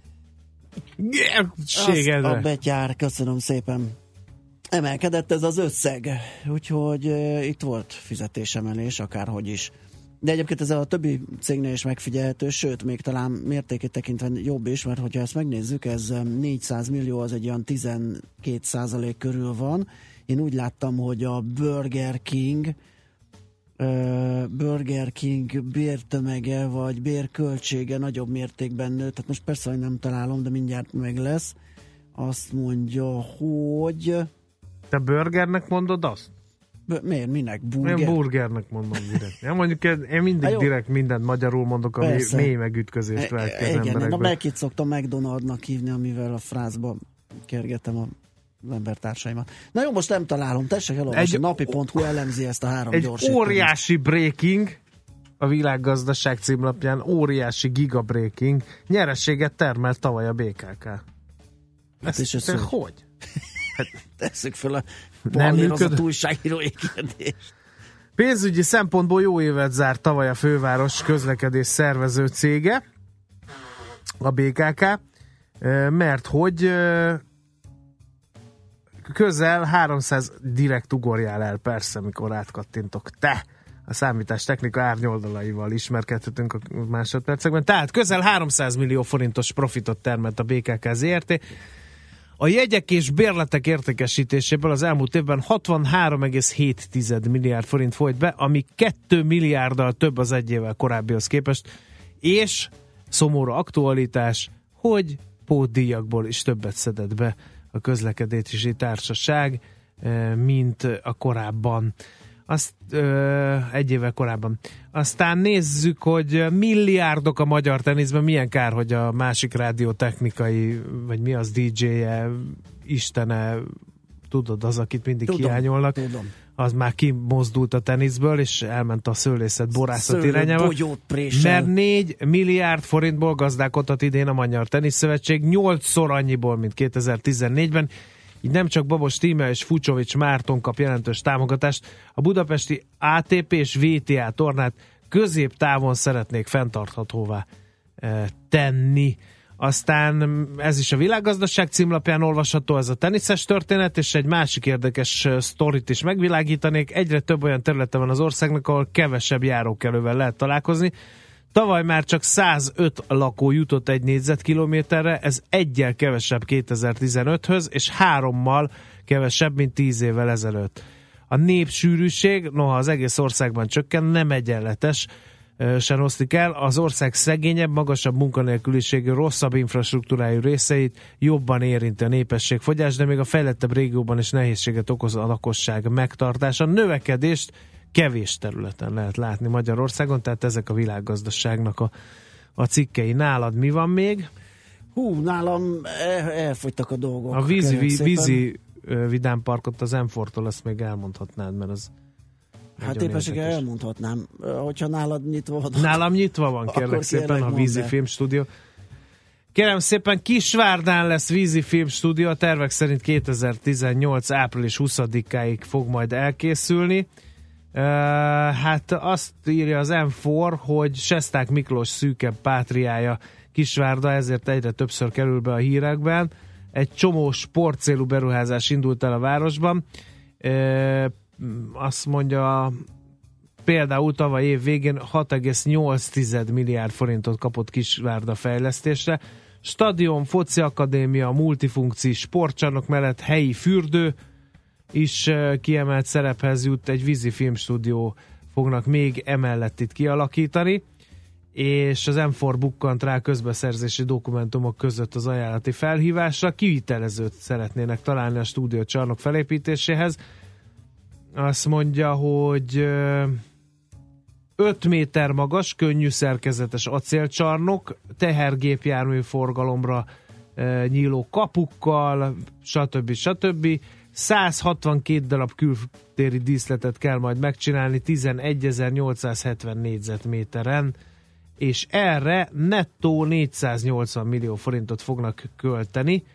A betyár, köszönöm szépen. Emelkedett ez az összeg, úgyhogy itt volt fizetésemelés, akárhogy is. De egyébként ez a többi cégnél is megfigyelhető, sőt, még talán mértékét tekintve jobb is, mert hogyha ezt megnézzük, ez 400 millió, az egy olyan 12% körül van. Én úgy láttam, hogy a Burger King Burger King bértömege vagy bérköltsége nagyobb mértékben nőtt, tehát most persze, hogy nem találom, de mindjárt meg lesz. Azt mondja, hogy... Te burgernek mondod azt? Miért? Minek? Burger? Én burgernek mondom direkt. Ja, mondjuk én mindig direkt mindent magyarul mondok, ami mély megütközést vált ki az emberekben. Igen, Mac-it szoktam McDonaldnak hívni, amivel a frázba kergetem az embertársaimat. Na jó, most nem találom, tessék elolvasni, napi.hu elemzi ezt a három gyors. Egy óriási breaking a Világgazdaság címlapján, óriási gigabreaking nyereséget termelt tavaly a BKK. Ezt hogy? Tesszük fel a pallérozott újságírói kérdést. Pénzügyi szempontból jó évet zárt tavaly a főváros közlekedés szervező cége, a BKK, mert hogy közel 300 direkt ugorjál el, persze, mikor átkattintok te. A számítástechnika árnyoldalaival ismerkedhetünk a másodpercekben. Tehát közel 300 millió forintos profitot termelt a BKK ZRT. A jegyek és bérletek értékesítéséből az elmúlt évben 63,7 milliárd forint folyt be, ami 2 milliárddal több az egy évvel korábbihoz képest, és szomorú aktualitás, hogy pótdíjakból is többet szedett be a közlekedési társaság, mint a korábban. Azt egy évvel korábban. Aztán nézzük, hogy milliárdok a magyar teniszben, milyen kár, hogy a másik rádiótechnikai, vagy mi az DJ-je, istene, tudod, az, akit mindig hiányolnak, tudom. Az már kimozdult a teniszből, és elment a szőlészet borászat irányába, mert 4 milliárd forintból gazdálkodhat idén a Magyar Teniszszövetség, 8-szor annyiból, mint 2014-ben. Így nem csak Babos Tímea és Fucsovics Márton kap jelentős támogatást, a budapesti ATP és VTA tornát középtávon szeretnék fenntarthatóvá tenni. Aztán ez is a Világgazdaság címlapján olvasható, ez a teniszes történet, és egy másik érdekes sztorit is megvilágítanék. Egyre több olyan területe van az országnak, ahol kevesebb járókelővel lehet találkozni. Tavaly már csak 105 lakó jutott egy négyzetkilométerre, ez egyel kevesebb 2015-höz, és 3-mal kevesebb, mint 10 évvel ezelőtt. A népsűrűség, noha az egész országban csökken, nem egyenletes, sem osztik el. Az ország szegényebb, magasabb munkanélküliségű, rosszabb infrastruktúrájú részeit jobban érinti a népességfogyás, de még a fejlettebb régióban is nehézséget okoz a lakosság megtartása. Növekedést kevés területen lehet látni Magyarországon, tehát ezek a Világgazdaságnak a cikkei. Nálad mi van még? Nálam elfogytak a dolgok. A vízi vidámparkot az M4-tól azt még elmondhatnád, mert az hát éppenséggel elmondhatnám, hogyha nálad nyitva van. Nálam nyitva van, kérlek szépen, a Vízi Filmstúdió. Kérem szépen, Kisvárdán lesz Vízi Filmstúdió, a tervek szerint 2018. április 20-áig fog majd elkészülni. Hát azt írja az M4, hogy Sesták Miklós szűkebb pátriája Kisvárda, ezért egyre többször kerül be a hírekben. Egy csomó sportcélú beruházás indult el a városban. Azt mondja, például tavaly év végén 6,8 milliárd forintot kapott Kisvárda fejlesztésre. Stadion, foci akadémia, multifunkci sportcsarnok mellett helyi fürdő is kiemelt szerephez jut, egy vízi filmstúdió fognak még emellett itt kialakítani, és az M4 bukkant rá közbeszerzési dokumentumok között az ajánlati felhívásra, kivitelezőt szeretnének találni a stúdiócsarnok felépítéséhez. Azt mondja, hogy 5 méter magas, könnyű szerkezetes acélcsarnok, tehergépjármű forgalomra nyíló kapukkal, stb. 162 darab kültéri díszletet kell majd megcsinálni 11.870 négyzetméteren, és erre nettó 480 millió forintot fognak költeni,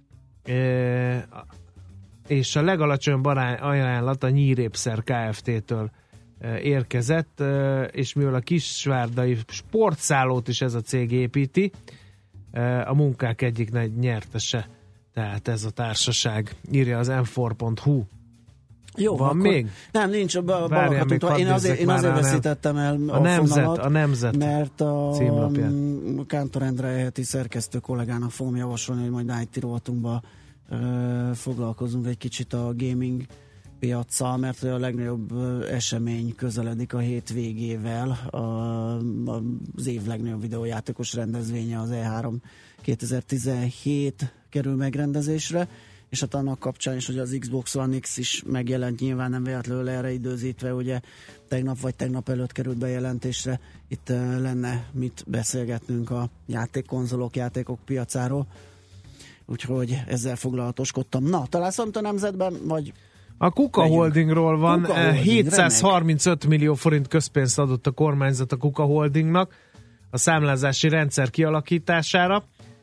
és a legalacsonyabb ajánlat a Nyírépszer Kft-től érkezett, és mivel a kisvárdai sportszállót is ez a cég építi, a munkák egyik nagy nyertese, tehát ez a társaság, írja az m4.hu. Jó, van akkor még? Nem, nincs a balakatútól. Én azért veszítettem el a nemzet mert a címlapján. Kántor Endre heti szerkesztő kollégának fogom javasolni, hogy majd IT rovatunkba foglalkozunk egy kicsit a gaming piaccal, mert a legnagyobb esemény közeledik a hétvégével. Az év legnagyobb videójátékos rendezvénye, az E3 2017 kerül megrendezésre, és hát annak kapcsán is, hogy az Xbox One X is megjelent, nyilván nem véletlenül erre időzítve, ugye tegnap előtt került bejelentésre, itt lenne mit beszélgetnünk a játékok piacáról, úgyhogy ezzel foglalatoskodtam. Na, találsz valamit a Nemzetben, vagy... A Kuka Holdingról van, Kuka Holding, 735 millió forint közpénzt adott a kormányzat a Kuka Holdingnak a számlázási rendszer kialakítására.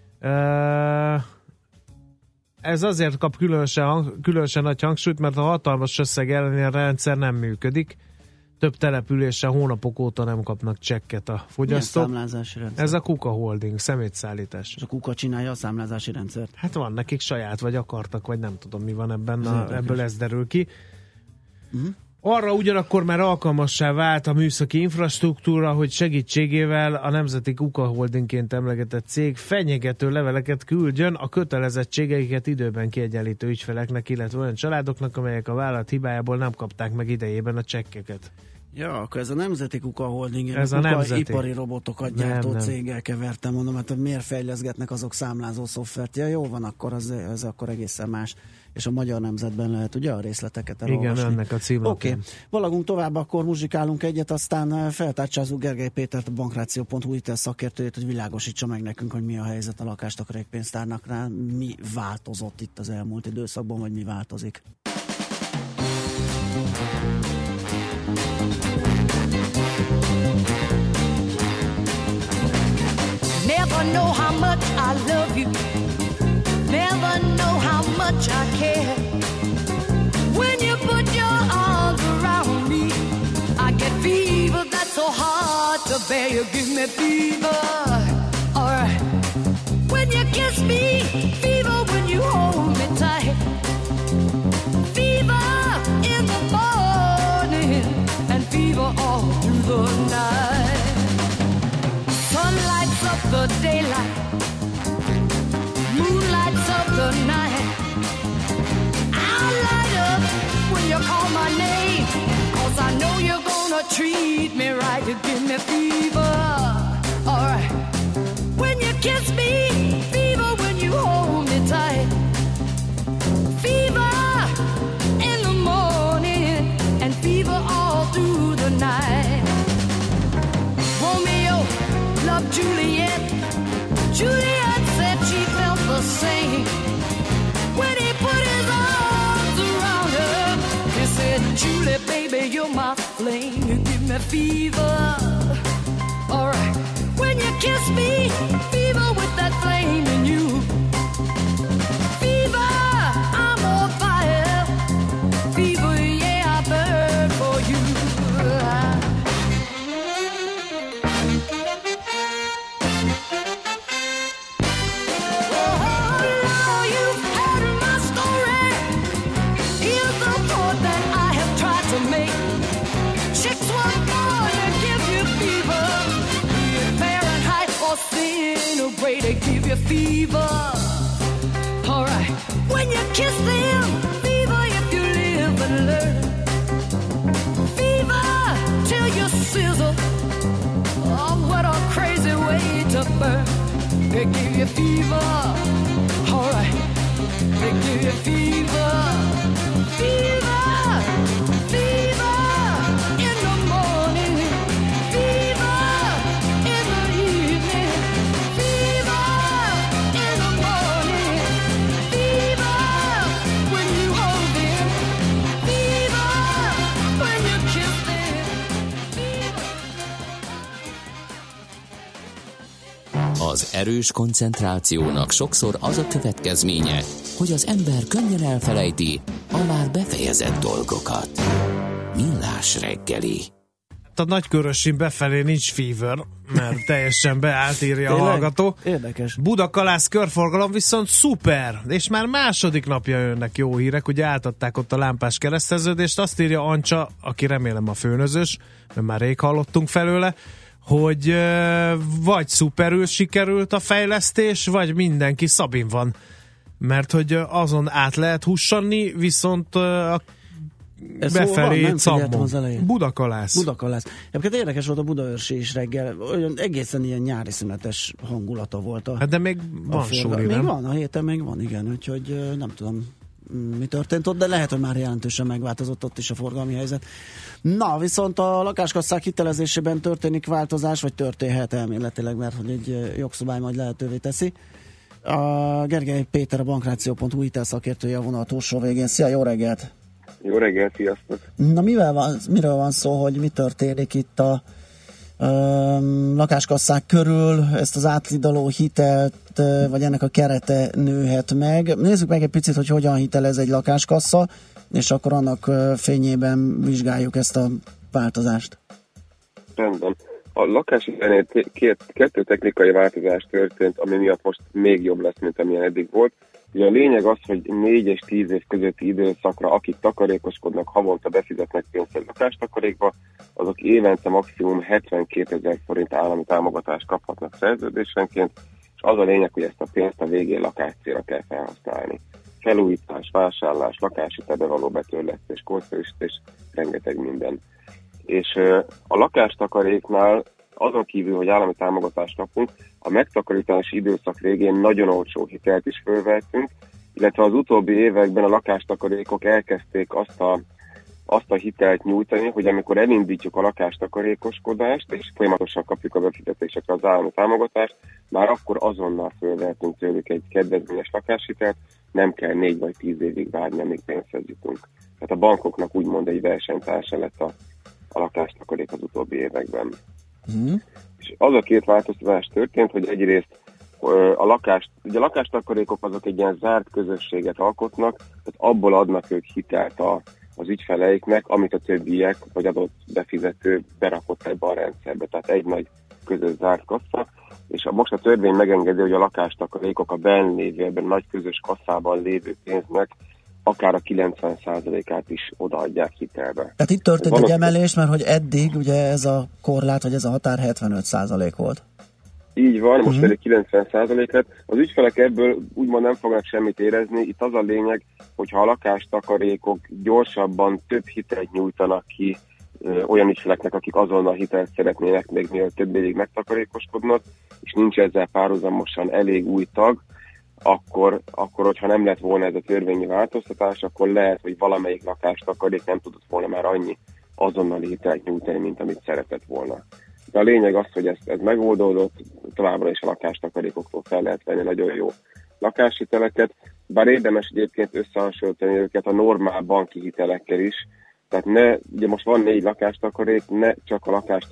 Ez azért kap különösen nagy hangsúlyt, mert a hatalmas összeg ellenére a rendszer nem működik. Több településen hónapok óta nem kapnak csekket a fogyasztók. Milyen számlázási rendszer? Ez a Kuka Holding, szemétszállítás. És a Kuka csinálja a számlázási rendszert? Hát van nekik saját, vagy akartak, vagy nem tudom mi van ebben, ebből ez derül ki. Arra ugyanakkor már alkalmassá vált a műszaki infrastruktúra, hogy segítségével a Nemzeti Kuka Holdingként emlegetett cég fenyegető leveleket küldjön a kötelezettségeiket időben kiegyenlítő ügyfeleknek, illetve olyan családoknak, amelyek a vállalat hibájából nem kapták meg idejében a csekkeket. Ja, akkor ez a Nemzeti Kuka Holding, ez a nemzeti ipari robotokat gyártó céggel kevertem, mondom, hát miért fejleszgetnek azok számlázó szoftvert? Ja, jó van, akkor ez akkor egészen más. És a Magyar Nemzetben lehet ugye a részleteket elolvasni. Igen, ennek a címlapján. Oké, valagunk tovább, akkor muzsikálunk egyet, aztán feltárcsázunk Gergely Pétert, a bankráció.hu ITEL szakértőjét, hogy világosítsa meg nekünk, hogy mi a helyzet a lakástakarékpénztárnaknál, mi változott itt az elmúlt időszakban, vagy mi változik. Never know how much I love you. Never know how much I care. When you put your arms around me, I get fever that's so hard to bear. You give me fever, alright. When you kiss me, fever when you hold me tight. Fever in the morning and fever all through the night. Sun lights up the daylight, moon lights up the night. I'll light up when you call my name, 'cause I know you're gonna treat me right. You give me fever, alright. When you kiss me, fever when you hold me tight. Fever in the morning and fever all through the night. Romeo loved Juliet. Juliet said she felt the same. When he put his arms around her, he said, Julie, baby, you're my flame. You give me fever, alright. When you kiss me, fever with that flame in you. Fever, I'm on fire. Fever, yeah, I burn for you. They give you fever, alright. When you kiss them, fever if you live and learn. Fever till you sizzle. Oh, what a crazy way to burn. They give you fever, alright. They give you fever, fever, fever in the morning, fever in the evening. Az erős koncentrációnak sokszor az a következménye, hogy az ember könnyen elfelejti a már befejezett dolgokat. Millás reggeli. A Nagykörösin befelé nincs fever, mert teljesen beállt, írja a hallgató. Érdekes. Budakalász körforgalom viszont szuper, és már második napja jönnek jó hírek, ugye átadták ott a lámpás kereszteződést, azt írja Ancsa, aki remélem a főnözős, mert már rég hallottunk felőle, hogy vagy szuperül sikerült a fejlesztés, vagy mindenki szabin van. Mert hogy azon át lehet hussanni, viszont a befelé Cammon. Budakalász. Egyébként érdekes volt a Budaörsi is reggel, olyan egészen ilyen nyári szünetes hangulata volt. Hát de még van sóri, még van, a héten még van, igen, úgyhogy nem tudom, mi történt ott, de lehet, hogy már jelentősen megváltozott ott is a forgalmi helyzet. Na, viszont a lakáskasszák hitelezésében történik változás, vagy történhet elméletileg, mert hogy egy jogszabály majd lehetővé teszi. A Gergely Péter, a bankráció.hu hitelszakértője a vonal túlsó végén. Szia, jó reggelt! Jó reggelt, sziasztok! Na, miről van szó, hogy mi történik itt a lakáskasszák körül, ezt az áthidaló hitelt, vagy ennek a kerete nőhet meg. Nézzük meg egy picit, hogy hogyan hitelez egy lakáskassa, és akkor annak fényében vizsgáljuk ezt a változást. Rendben. A lakáshitelnél kettő technikai változás történt, ami miatt most még jobb lesz, mint amilyen eddig volt. Ugye a lényeg az, hogy 4 és 10 év közötti időszakra, akik takarékoskodnak, havonta befizetnek pénzt egy lakástakarékba, azok évente maximum 72 000 forint állami támogatást kaphatnak szerződésenként, és az a lényeg, hogy ezt a pénzt a végén lakáscélra kell felhasználni. Felújítás, vásárlás, lakáshitelbe való betörlesztés, korszerűsítés, rengeteg minden. És a lakástakaréknál azon kívül, hogy állami támogatást kapunk, a megtakarítási időszak végén nagyon olcsó hitelt is fölvettünk, illetve az utóbbi években a lakástakarékok elkezdték azt a hitelt nyújtani, hogy amikor elindítjuk a lakástakarékoskodást, és folyamatosan kapjuk a befizetésekre az állami támogatást, már akkor azonnal fölvettünk tőlük egy kedvezményes lakáshitelt, nem kell 4 vagy 10 évig várni, amíg pénzhez jutunk. Tehát a bankoknak úgymond egy versenytársa lett a lakástakarék az utóbbi években. És az a két változtatás történt, hogy egyrészt ugye a lakástakarékok azok egy ilyen zárt közösséget alkotnak, tehát abból adnak ők hitelt az ügyfeleiknek, amit a többiek vagy adott befizető berakott ebbe a rendszerbe. Tehát egy nagy közös zárt kassa, és most a törvény megengedi, hogy a lakástakarékok a benn lévő, ebben nagy közös kasszában lévő pénznek akár a 90%-át is odaadják hitelbe. Tehát itt történt egy emelés, mert hogy eddig ugye ez a korlát, vagy ez a határ 75% volt. Így van, most pedig 90%-et. Az ügyfelek ebből úgymond nem fognak semmit érezni. Itt az a lényeg, hogyha a lakástakarékok gyorsabban több hitelt nyújtanak ki olyan ügyfeleknek, akik azonnal hitelt szeretnének, még mielőtt több évig megtakarékoskodnak, és nincs ezzel párhuzamosan elég új tag, akkor, hogyha nem lett volna ez a törvényi változtatás, akkor lehet, hogy valamelyik lakástakarék nem tudott volna már annyi azonnali hitelt nyújtani, mint amit szeretett volna. De a lényeg az, hogy ez megoldódott, továbbra is a lakástakarékoktól fel lehet venni nagyon jó lakáshiteleket, bár érdemes egyébként összehasonlítani őket a normál banki hitelekkel is, tehát ugye most van 4 lakástakarék, ne csak a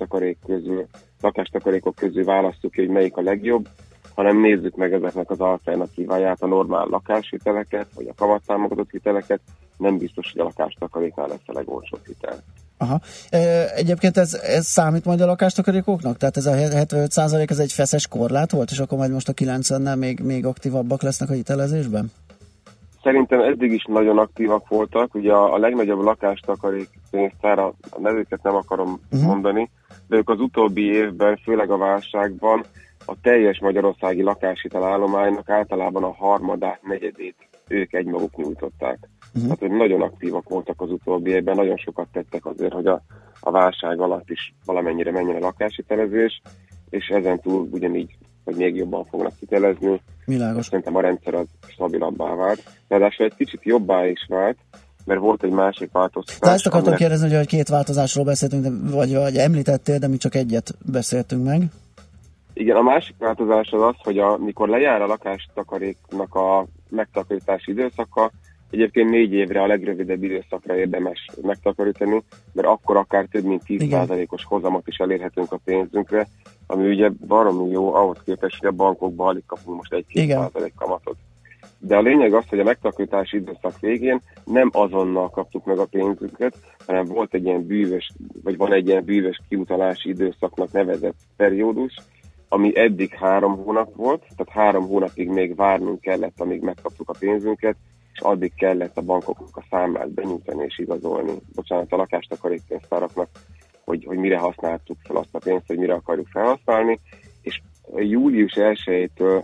lakástakarékok közül válasszuk ki, hogy melyik a legjobb, hanem nézzük meg ezeknek az alternatíváját, a normál lakáshiteleket, vagy a kamattámogatott hiteleket, nem biztos, hogy a lakástakaréknál lesz a legolcsóbb hitel. Aha. Egyébként ez számít majd a lakástakarékoknak? Tehát ez a 75% ez egy feszes korlát volt, és akkor majd most a 90-nel még aktívabbak lesznek a hitelezésben? Szerintem eddig is nagyon aktívak voltak. Ugye a legnagyobb lakástakarék pénztár, a nevüket nem akarom mondani, de ők az utóbbi évben, főleg a válságban a teljes magyarországi lakáshitel állománynak általában a harmadát, negyedét ők egymaguk nyújtották. Tehát, hogy nagyon aktívak voltak az utóbbi évben, nagyon sokat tettek azért, hogy a válság alatt is valamennyire menjen a lakáshitelezés, és ezen túl ugyanígy, hogy még jobban fognak hitelezni. Világos. Szerintem a rendszer az stabilabbá vált. Ráadásul egy kicsit jobbá is vált, mert volt egy másik változtatás. De ezt akartam kérdezni, hogy 2 változásról beszéltünk, vagy említettél, de mi csak egyet beszéltünk meg. Igen, a másik változás az, hogy amikor lejár a lakástakaréknak a megtakarítási időszaka, egyébként 4 évre a legrövidebb időszakra érdemes megtakarítani, mert akkor akár több mint 10%-os hozamot is elérhetünk a pénzünkre, ami ugye baromi jó ahhoz képest, hogy a bankokban alig kapunk most 1-2% kamatot. De a lényeg az, hogy a megtakarítási időszak végén nem azonnal kaptuk meg a pénzünket, hanem volt egy ilyen bűvös, vagy van egy ilyen bűvös kiutalási időszaknak nevezett periódus, ami eddig 3 hónap volt, tehát 3 hónapig még várnunk kellett, amíg megkaptuk a pénzünket, és addig kellett a bankoknak a számlát benyújtani és igazolni, a lakástakarékpénztáraknak, hogy mire használtuk fel azt a pénzt, hogy mire akarjuk felhasználni, és július 1-től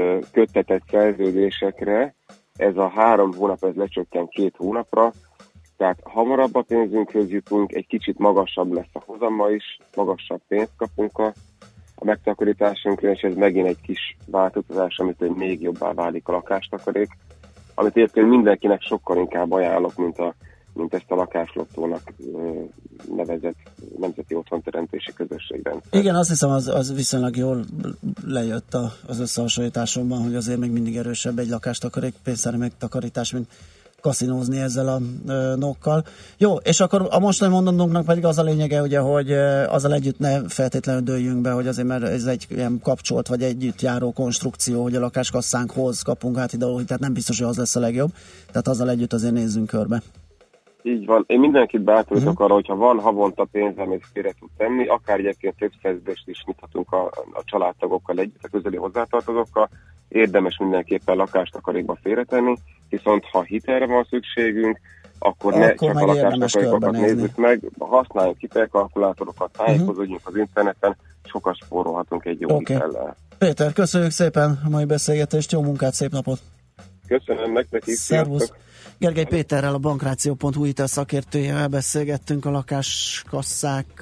köttetett szerződésekre ez a 3 hónap ez lecsökken 2 hónapra, Tehát hamarabb a pénzünkhöz jutunk, egy kicsit magasabb lesz a hozama is, magasabb pénzt kapunk a megtakarításunkra, és ez megint egy kis változás, amit még jobbá válik a lakástakarék, amit egyébként mindenkinek sokkal inkább ajánlok, mint ezt a lakáslottónak nevezett nemzeti otthonteremtési közösségrendszer. Igen, azt hiszem, az viszonylag jól lejött az összehasonlításomban, hogy azért még mindig erősebb egy lakástakarék pénztári megtakarítás, mint kaszinózni ezzel a nokkal. Jó, és akkor a mostani mondandónknak pedig az a lényege, ugye, hogy azzal együtt ne feltétlenül dőljünk be, hogy azért, mert ez egy ilyen kapcsolt vagy együtt járó konstrukció, hogy a lakáskasszánkhoz kapunk átidaló, tehát nem biztos, hogy az lesz a legjobb. Tehát azzal együtt azért nézzünk körbe. Így van. Én mindenkit bátorítok arra, hogyha van havonta pénz, amit félre tud tenni, akár egyébként több szerződést is nyithatunk a családtagokkal együtt, a közeli hozzátartozókkal, érdemes mindenképpen lakástakarékba félretenni, viszont ha hitelre van szükségünk, akkor ne csak a lakástakarékokat nézzük meg, használjuk hitelkalkulátorokat, tájékozódjunk az interneten, sokat spórolhatunk egy jó hitellel. Péter, köszönjük szépen a mai beszélgetést, jó munkát, szép napot! Köszönöm nektek is! Szervusz! Gergely Péterrel, a Bankráció.hu hitel szakértőjével beszélgettünk a lakáskasszák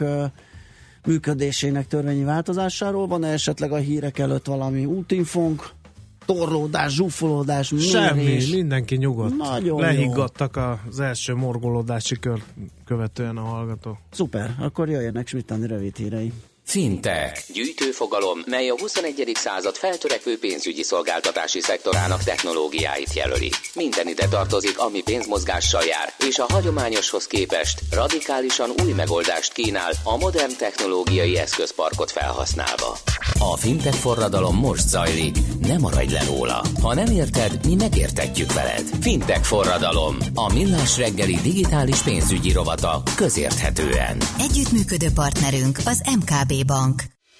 működésének törvényi változásáról. Van-e esetleg a hírek előtt valami útinfónk? Torlódás, zsúfolódás, semmi, mindenki nyugodt. Nagyon lehiggadtak az első morgolódási kör követően a hallgatók. Szuper, akkor jöjjenek Schmidt-Andi rövid hírei. Fintech. Gyűjtőfogalom, mely a 21. század feltörekvő pénzügyi szolgáltatási szektorának technológiáit jelöli. Minden ide tartozik, ami pénzmozgással jár, és a hagyományoshoz képest radikálisan új megoldást kínál a modern technológiai eszközparkot felhasználva. A fintech forradalom most zajlik, ne maradj le róla. Ha nem érted, mi megértetjük veled. Fintech forradalom, a Millás reggeli digitális pénzügyi rovata közérthetően. Együttműködő partnerünk az MKB Bank.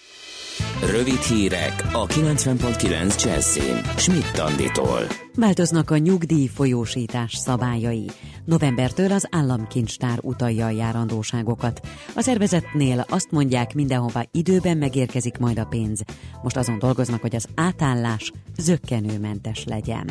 Rövid hírek a 90.9 Jazzin Schmidt-Anditól. Változnak a nyugdíj folyósítás szabályai. Novembertől az államkincstár utalja a járandóságokat. A szervezetnél azt mondják, mindenhova időben megérkezik majd a pénz. Most azon dolgoznak, hogy az átállás zökkenőmentes legyen.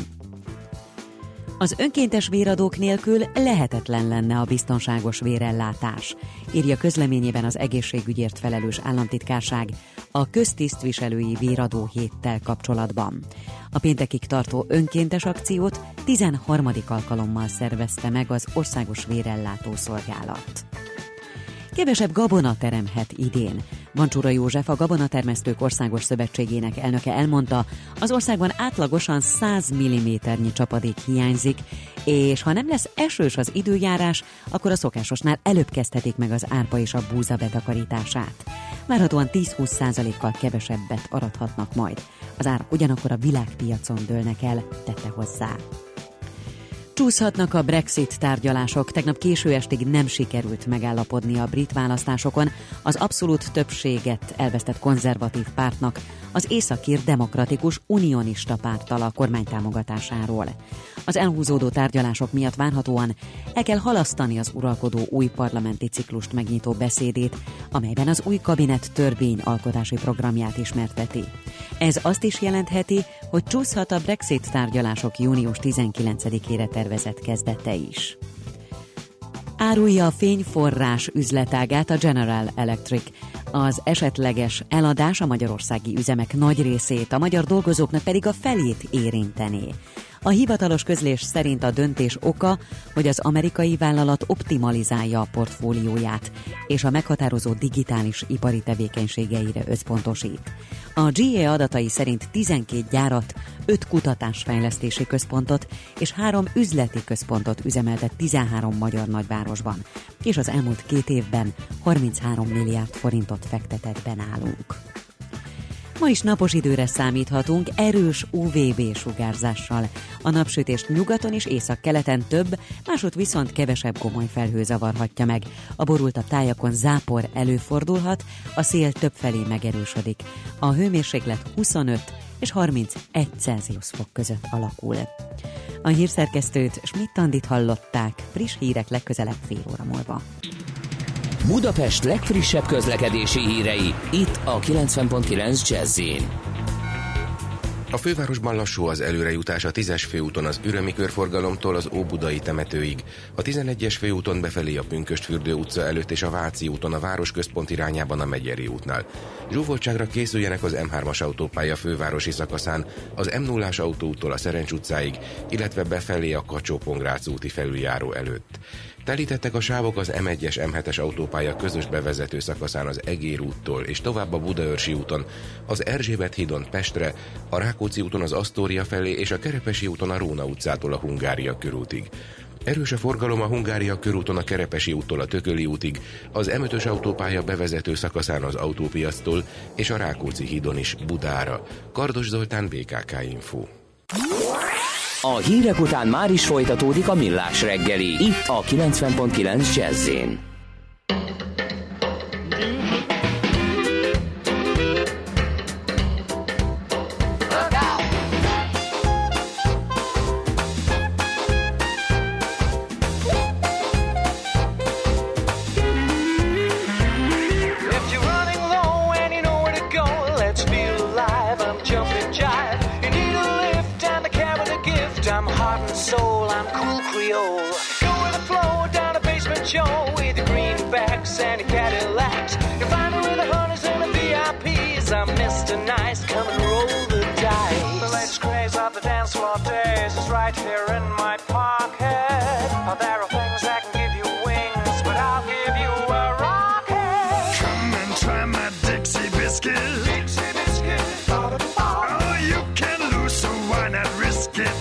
Az önkéntes véradók nélkül lehetetlen lenne a biztonságos vérellátás, írja közleményében az egészségügyért felelős államtitkárság a köztisztviselői véradó héttel kapcsolatban. A péntekig tartó önkéntes akciót 13. alkalommal szervezte meg az Országos Vérellátó Szolgálat. Kevesebb gabona teremhet idén. Vancsura József, a Gabonatermesztők Országos Szövetségének elnöke elmondta, az országban átlagosan 100 mm-nyi csapadék hiányzik, és ha nem lesz esős az időjárás, akkor a szokásosnál előbb kezdhetik meg az árpa és a búza betakarítását. Várhatóan 10-20%-kal kevesebbet arathatnak majd. Az árak ugyanakkor a világpiacon dőlnek el, tette hozzá. Csúszhatnak a Brexit tárgyalások. Tegnap késő estig nem sikerült megállapodni a brit választásokon az abszolút többséget elvesztett konzervatív pártnak, az északír demokratikus unionista párttal a kormány támogatásáról. Az elhúzódó tárgyalások miatt várhatóan el kell halasztani az uralkodó új parlamenti ciklust megnyitó beszédét, amelyben az új kabinet törvényalkotási programját ismerteti. Ez azt is jelentheti, hogy csúszhat a Brexit tárgyalások június 19-ére tervezett kezdete is. Árulja a fényforrás üzletágát a General Electric. Az esetleges eladás a magyarországi üzemek nagy részét, a magyar dolgozóknak pedig a felét érintené. A hivatalos közlés szerint a döntés oka, hogy az amerikai vállalat optimalizálja a portfólióját, és a meghatározó digitális ipari tevékenységeire összpontosít. A GE adatai szerint 12 gyárat, 5 kutatásfejlesztési központot és 3 üzleti központot üzemeltet 13 magyar nagyvárosban, és az elmúlt 2 évben 33 milliárd forintot fektetett be nálunk. Ma is napos időre számíthatunk, erős UVB-sugárzással. A napsütést nyugaton és északkeleten több, másút viszont kevesebb gomoly felhő zavarhatja meg. A borultabb tájakon zápor előfordulhat, a szél többfelé megerősödik. A hőmérséklet 25 és 31 Celsius fok között alakul. A hírszerkesztőt, Schmidt-Andit hallották, friss hírek legközelebb fél óra múlva. Budapest legfrissebb közlekedési hírei, itt a 90.9 Jazz-in. A fővárosban lassú az előrejutás a 10-es főúton az Ürömi körforgalomtól az Óbudai temetőig, a 11-es főúton befelé a Pünkösdfürdő utca előtt és a Váci úton a városközpont irányában a Megyeri útnál. Zsúfoltságra készüljenek az M3-as autópálya fővárosi szakaszán, az M0-as autóúttól a Szerencs utcáig, illetve befelé a Kacsó-Pongrác úti felüljáró előtt. Telítettek a sávok az M1-es, M7-es autópálya közös bevezető szakaszán az Egér úttól és tovább a Budaörsi úton, az Erzsébet hídon Pestre, a Rákóczi úton az Asztória felé és a Kerepesi úton a Róna utcától a Hungária körútig. Erős a forgalom a Hungária körúton a Kerepesi úttól a Tököli útig, az M5-ös autópálya bevezető szakaszán az Autópiactól és a Rákóczi hídon is Budára. Kardos Zoltán, BKK Info. A hírek után már is folytatódik a Millás reggeli, itt a 90.9 Jazz-én. Soul, I'm cool Creole. Go with the flow down the basement show with the greenbacks and the Cadillacs. You find me with the hunters and the VIPs. I'm Mr. Nice, come and roll the dice. The latest craze of the dance floor days is right here in my pocket. Oh, there are things that can give you wings, but I'll give you a rocket. Come and try my Dixie biscuit. Dixie biscuit. Oh, you can lose, so why not risk it?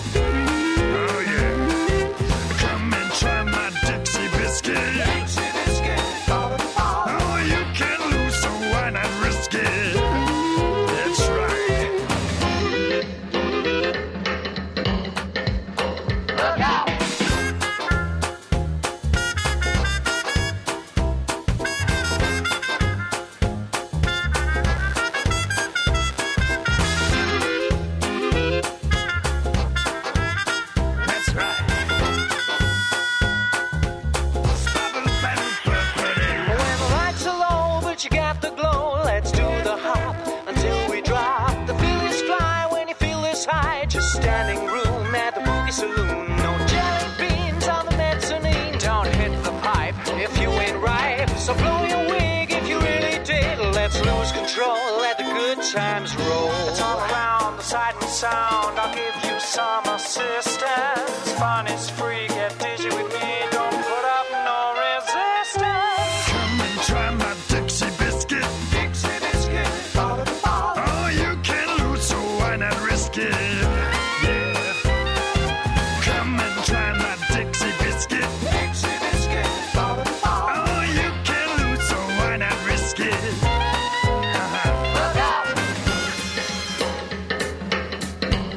Times roll. It's all around the sight and sound. I'll give you some assistance. Fun is free, get dizzy with me. Don't put up no resistance. Come and try my Dixie biscuit. Dixie biscuit. Oh, you can lose, so why not risk it? Yeah. Come and try my Dixie biscuit. Dixie biscuit. Oh, you can lose, so why not risk it?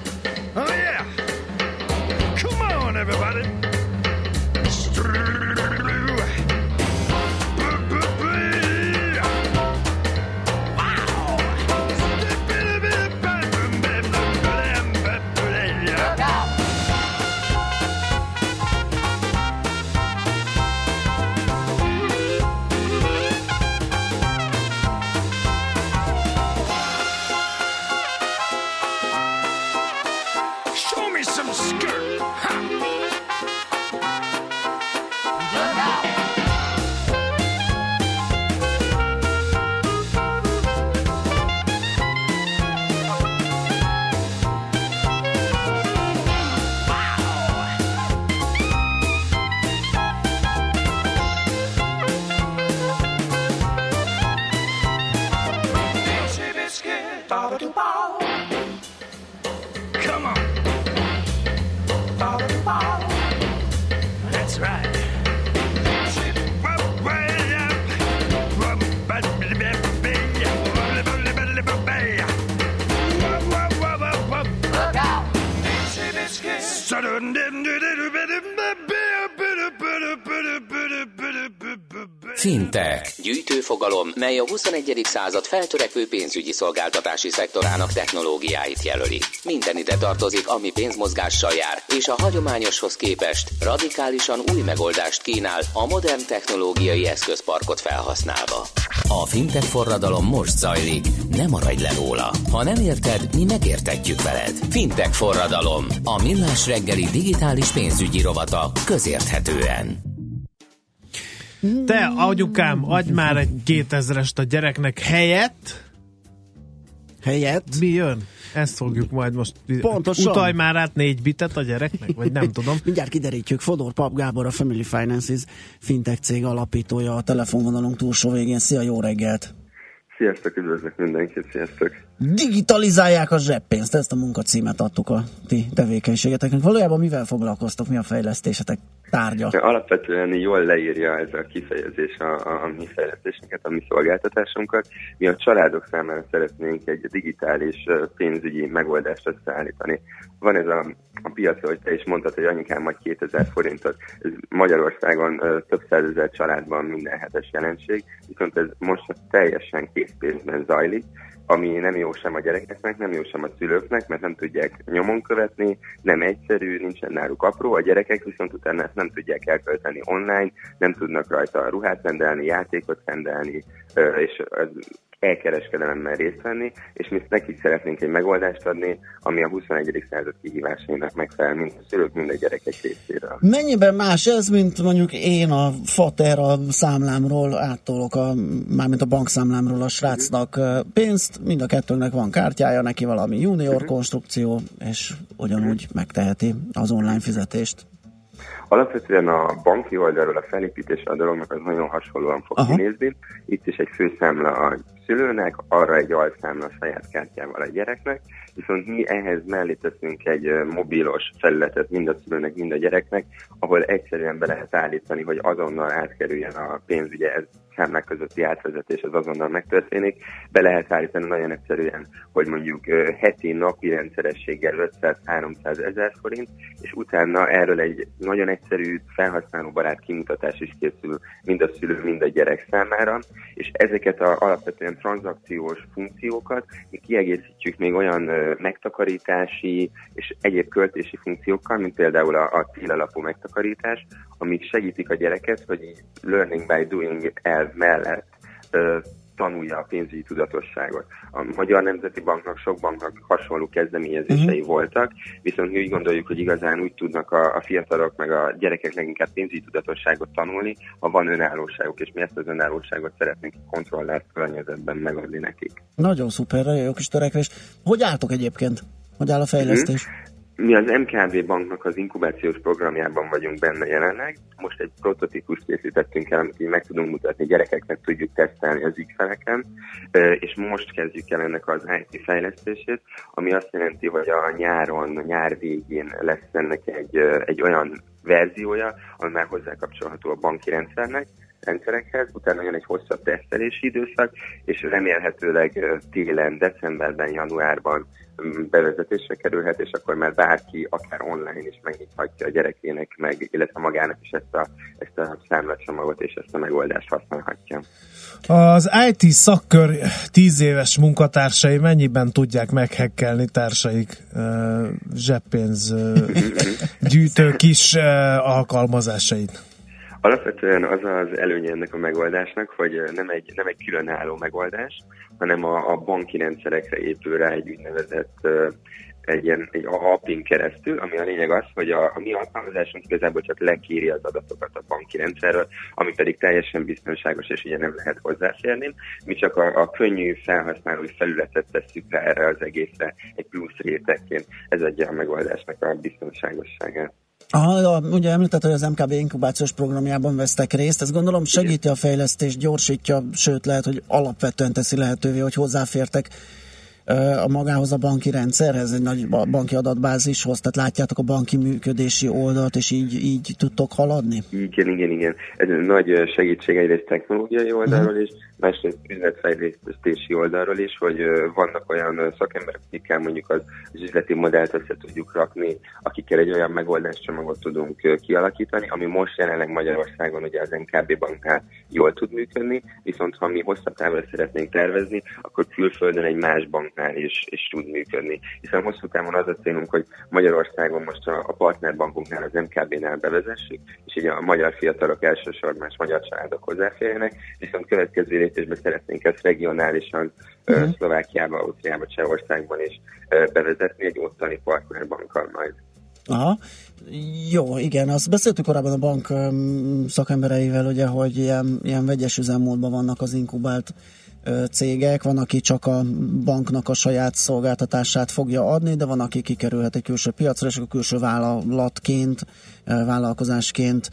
Fintech. Gyűjtőfogalom, mely a 21. század feltörekvő pénzügyi szolgáltatási szektorának technológiáit jelöli. Minden ide tartozik, ami pénzmozgással jár, és a hagyományoshoz képest radikálisan új megoldást kínál a modern technológiai eszközparkot felhasználva. A fintech forradalom most zajlik, ne maradj le róla. Ha nem érted, mi megértetjük veled. Fintech forradalom, a Millás reggeli digitális pénzügyi rovata közérthetően. Te, anyukám, adj már egy 2000-est a gyereknek helyett. Helyett? Mi jön? Ezt fogjuk majd most. Pontosan. Utalj már át 4 bitet a gyereknek, vagy nem tudom. Mindjárt kiderítjük. Fodor Pap Gábor, a Family Finances fintech cég alapítója a telefonvonalunk túlsó végén. Szia, jó reggelt! Sziasztok, üdvözlök mindenkit, sziasztok! Digitalizálják a zseppénzt, ezt a munkacímet adtuk a ti tevékenységeteknek. Valójában mivel foglalkoztok, mi a fejlesztésetek tárgya? Alapvetően jól leírja ez a kifejezés a mi fejlesztésünket, a mi szolgáltatásunkat. Mi a családok számára szeretnénk egy digitális pénzügyi megoldást összeállítani. Van ez a piac, hogy te is mondtad, hogy anyukám majd 2000 forintot. Ez Magyarországon több százezer családban minden hetes jelenség, viszont ez most teljesen készpénzben zajlik, ami nem jó sem a gyerekeknek, nem jó sem a szülőknek, mert nem tudják nyomon követni, nem egyszerű, nincsen náluk apró, a gyerekek viszont utána ezt nem tudják elkölteni online, nem tudnak rajta ruhát rendelni, játékot rendelni, és elkereskedelemmel részt venni, és mi nekik szeretnénk egy megoldást adni, ami a 21. század kihívásainak megfelel, mind a szülők, mind a gyerekek részéről. Mennyiben más ez, mint mondjuk én a fater a számlámról áttolok, mármint a bankszámlámról a srácnak pénzt, mind a kettőnknek van kártyája, neki valami junior konstrukció, és ugyanúgy megteheti az online fizetést. Alapvetően a banki oldalról a felépítése a dolognak az nagyon hasonlóan fog kinézni. Itt is egy főszámla a szülőnek, arra egy alszámla a saját kártyával a gyereknek, viszont mi ehhez mellé teszünk egy mobilos felületet mind a szülőnek, mind a gyereknek, ahol egyszerűen be lehet állítani, hogy azonnal átkerüljen a pénz, ugye ez számlák közötti átvezetés, az azonnal megtörténik. Be lehet állítani nagyon egyszerűen, hogy mondjuk heti, napi rendszerességgel 500-300 ezer forint, és utána erről egy nagyon egyszerű felhasználóbarát kimutatás is készül mind a szülő, mind a gyerek számára, és ezeket alapvetően tranzakciós funkciókat mi kiegészítjük még olyan megtakarítási és egyéb költési funkciókkal, mint például a célalapú megtakarítás, amik segítik a gyereket, hogy learning by doing elv mellett tanulja a pénzügyi tudatosságot. A Magyar Nemzeti Banknak, sok banknak hasonló kezdeményezései voltak, viszont mi úgy gondoljuk, hogy igazán úgy tudnak a fiatalok meg a gyerekek leginkább pénzügyi tudatosságot tanulni, ha van önállóságuk, és mi ezt az önállóságot szeretnénk kontrollált környezetben megadni nekik. Nagyon szuper, jó kis törekvés. Hogy álltok egyébként? Hogy áll a fejlesztés? Mi az MKB Banknak az inkubációs programjában vagyunk benne jelenleg. Most egy prototípust készítettünk el, amit így meg tudunk mutatni, gyerekeknek tudjuk tesztelni az ügyfeleken, és most kezdjük el ennek az IT fejlesztését, ami azt jelenti, hogy a nyár végén lesz ennek egy olyan verziója, ami már hozzákapcsolható a banki rendszerekhez, utána jön egy hosszabb tesztelési időszak, és remélhetőleg télen, decemberben, januárban bevezetésre kerülhet, és akkor már bárki, akár online is megnyithatja a gyerekének, illetve magának is ezt a számlacsomagot és ezt a megoldást használhatja. Az IT szakkör 10 éves munkatársai mennyiben tudják meghekkelni társaik zseppénz gyűjtő kis alkalmazásait? Alapvetően az az előnye ennek a megoldásnak, hogy nem egy különálló megoldás, hanem a banki rendszerekre épül rá egy úgynevezett egy API-n keresztül, ami a lényeg az, hogy a mi alkalmazásunk igazából csak lekéri az adatokat a banki rendszerről, ami pedig teljesen biztonságos, és ugye nem lehet hozzáférni. Mi csak a könnyű felhasználói felületet tesszük rá erre az egészre egy plusz rétegként. Ez adja a megoldásnak a biztonságosságát. Ugye említett, hogy az MKB inkubációs programjában vesztek részt, ez gondolom segíti a fejlesztést, gyorsítja, sőt lehet, hogy alapvetően teszi lehetővé, hogy hozzáfértek a magához a banki rendszerhez, egy nagy banki adatbázishoz, tehát látjátok a banki működési oldalt, és így tudtok haladni? Igen. Ez nagy segítség egyrészt technológiai oldalról is, másrészt üzletfejlesztési oldalról is, hogy vannak olyan szakemberek, akikkel mondjuk az üzleti modellt össze tudjuk rakni, akikkel egy olyan megoldáscsomagot tudunk kialakítani, ami most jelenleg Magyarországon ugye az MKB banknál jól tud működni, viszont ha mi hosszabb távra szeretnénk tervezni, akkor külföldön egy más banknál is tud működni. Hiszen hosszú távon az a célunk, hogy Magyarországon most a partnerbankunknál, az MKB-nál bevezessük, és így a magyar fiatalok elsősorban magyar családok hozzáférjenek, viszont következő lépésben szeretnénk ezt regionálisan Szlovákiába, Ausztriába, Csehországban is bevezetni egy ottani partnerbankkal majd. Aha. Jó, igen, azt beszéltük korábban a bank szakembereivel, ugye, hogy ilyen vegyes üzemmódban vannak az inkubált cégek, van, aki csak a banknak a saját szolgáltatását fogja adni, de van, aki kikerülhet egy külső piacra, és a külső vállalatként, vállalkozásként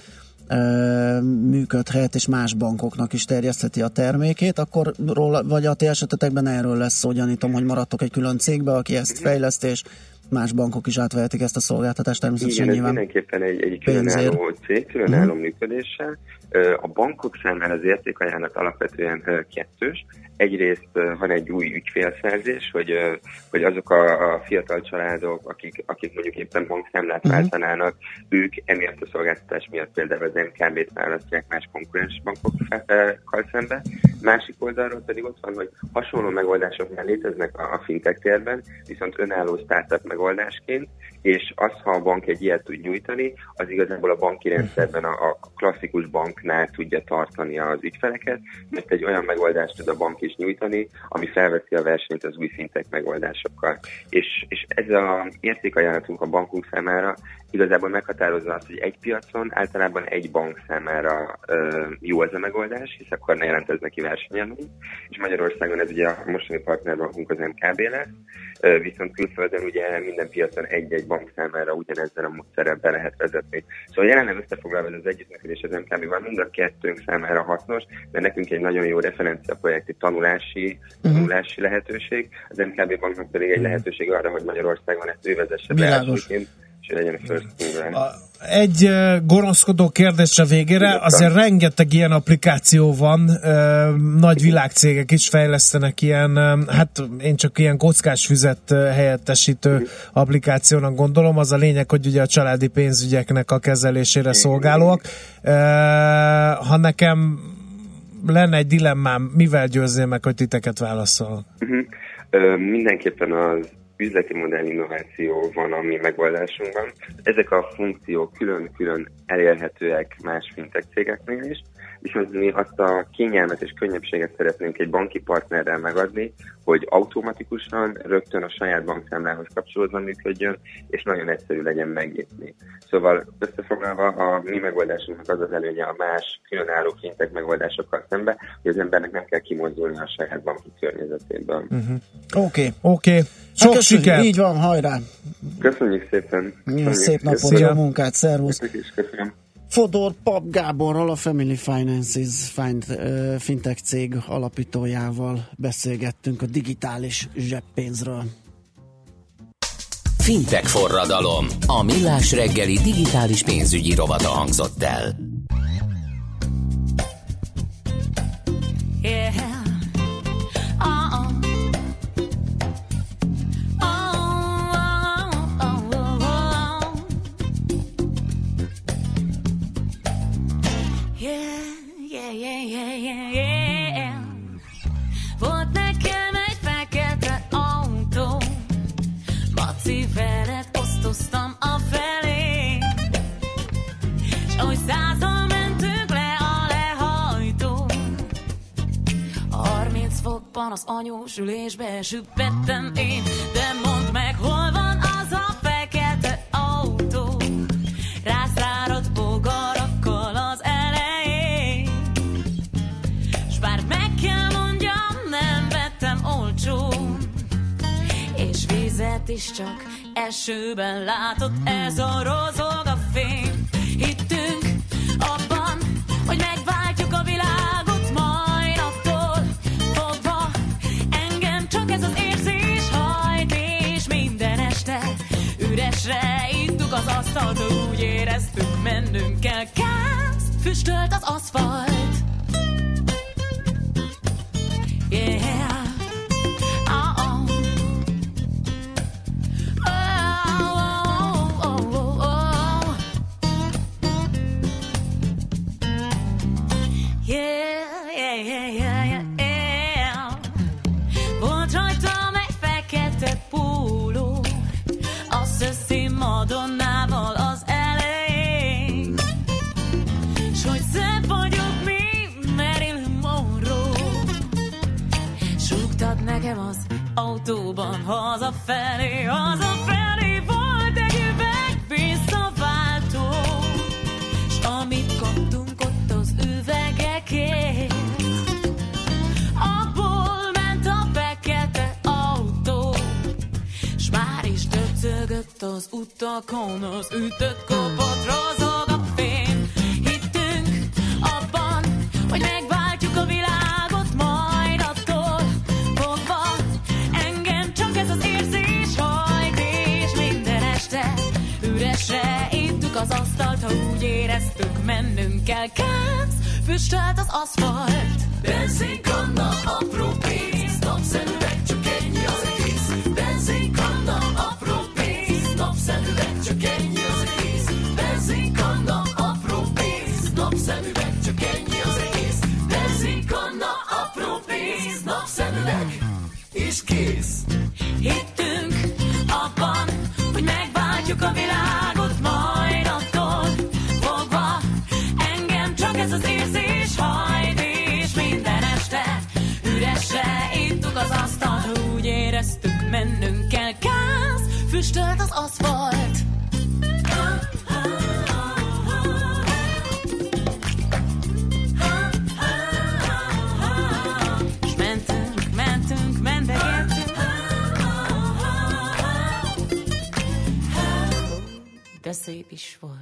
működhet, és más bankoknak is terjesztheti a termékét, akkor vagy a ti esetetekben erről lesz szó, gyanítom, hogy maradtok egy külön cégbe, aki ezt fejlesztés, más bankok is átvehetik ezt a szolgáltatást, természetesen igen, nyilván. Ez mindenképpen egy különálló cég, különálló működéssel. A bankok számára az értékajánlat alapvetően kettős. Egyrészt van egy új ügyfélszerzés, hogy azok a fiatal családok, akik mondjuk éppen bankszámlát váltanának, ők emiatt a szolgáltatás miatt például az MKB-t választják más konkurens bankokkal szembe. Másik oldalról pedig ott van, hogy hasonló megoldások már léteznek a fintech térben, viszont önálló startup megoldásként, és az, ha a bank egy ilyet tud nyújtani, az igazából a banki rendszerben a klasszikus banknál tudja tartani az ügyfeleket, mert egy olyan megoldást tud a bank is nyújtani, ami felveszi a versenyt az új fintech megoldásokkal. És ez az értékajánlatunk a bankunk számára igazából meghatározza azt, hogy egy piacon általában egy bank számára jó ez a megoldás, hisz akkor ne jelent ez neki versenyelőnyt, és Magyarországon ez ugye a mostani partnerbankunk az MKB lesz, viszont külföldön ugye minden piacon egy-egy bank számára ugyanezzel a módszerrel be lehet vezetni. Szóval jelenleg összefoglalva az együttműködés az MKB-val mind a kettőnk számára hasznos, mert nekünk egy nagyon jó referenciaprojekt, egy tanulási lehetőség, az MKB banknak pedig egy lehetőség arra, hogy Magyarországon ezt ő vezesse be elsőként, és legyen first mover. Egy gonoszkodó kérdésre végére, azért rengeteg ilyen applikáció van, nagy világcégek is fejlesztenek ilyen, hát én csak ilyen kockás füzet helyettesítő applikációnak gondolom, az a lényeg, hogy ugye a családi pénzügyeknek a kezelésére szolgálóak. Ha nekem lenne egy dilemmám, mivel győzzél meg, hogy titeket válaszol? Mindenképpen az üzleti modell innováció van a mi megoldásunkban. Ezek a funkciók külön-külön elérhetőek más fintech cégeknél is, viszont mi azt a kényelmet és könnyebbséget szeretnénk egy banki partnerrel megadni, hogy automatikusan rögtön a saját bankszámlához kapcsolódva működjön, és nagyon egyszerű legyen megnyitni. Szóval összefoglalva a mi megoldásunknak az az előnye a más különálló fintech megoldásokkal szembe, hogy az embernek nem kell kimozdulni a saját banki környezetéből. Oké. Sok siker! Így van, hajrá! Köszönjük szépen! Szép napot, jó munkát, szervusz! Köszönöm. Fodor Pap Gáborral, a Family Finances fintech cég alapítójával beszélgettünk a digitális zseppénzről. Fintech forradalom. A Millás reggeli digitális pénzügyi rovata hangzott el. Yeah. Volt nekem egy fekete autó, Maci veled osztoztam a felé, s ahogy 100-al mentünk le a lehajtó, 30 fokban az anyós ülésbe süppettem én, de mondd meg, hol van az a fekete autó, rászáradt bogarakkal az elején, s bár meg kell mondjam, nem vettem olcsón, és vizet is csak esőben látott, ez a rozog a fény. Hittünk abban, hogy megváltjuk a világot, majd attól fogva engem csak ez az érzés hajt, és minden este üresre ittuk az asztalt, úgy éreztük, mennünk kell, kezd füstölt az aszfalt. nekem az autóban hazafelé volt egy üveg visszaváltó, s amit kaptunk ott az üvegekért, abból ment a fekete autó, s már is döcögött az utakon, az ütött kapott rozog a fém. Hittünk abban, hogy megváltjuk a világot, majd attól fogva engem csak ez az érzés hajt, és minden este üresre ittük az asztalt, ha úgy éreztük, mennünk kell. Kász, füstölt az aszfalt, benzinkanna, apró pénz, napszemüveg, csak ennyi az egész. Benzinkanna, apró pénz, napszemüveg, csak ennyi az egész. Benzinkanna, apró pénz, napszemüveg, csak ennyi az egész. Benzinkanna, apró pénz, napszemüveg, és kész. Hittünk abban, hogy megváltjuk a világot, majd attól fogva engem csak ez az érzés hajt, és minden este üresre ittuk az asztalt, úgy éreztük, mennünk kell. Kász, füstölt az aszfalt. És mentünk, mentegettünk, de szép is volt.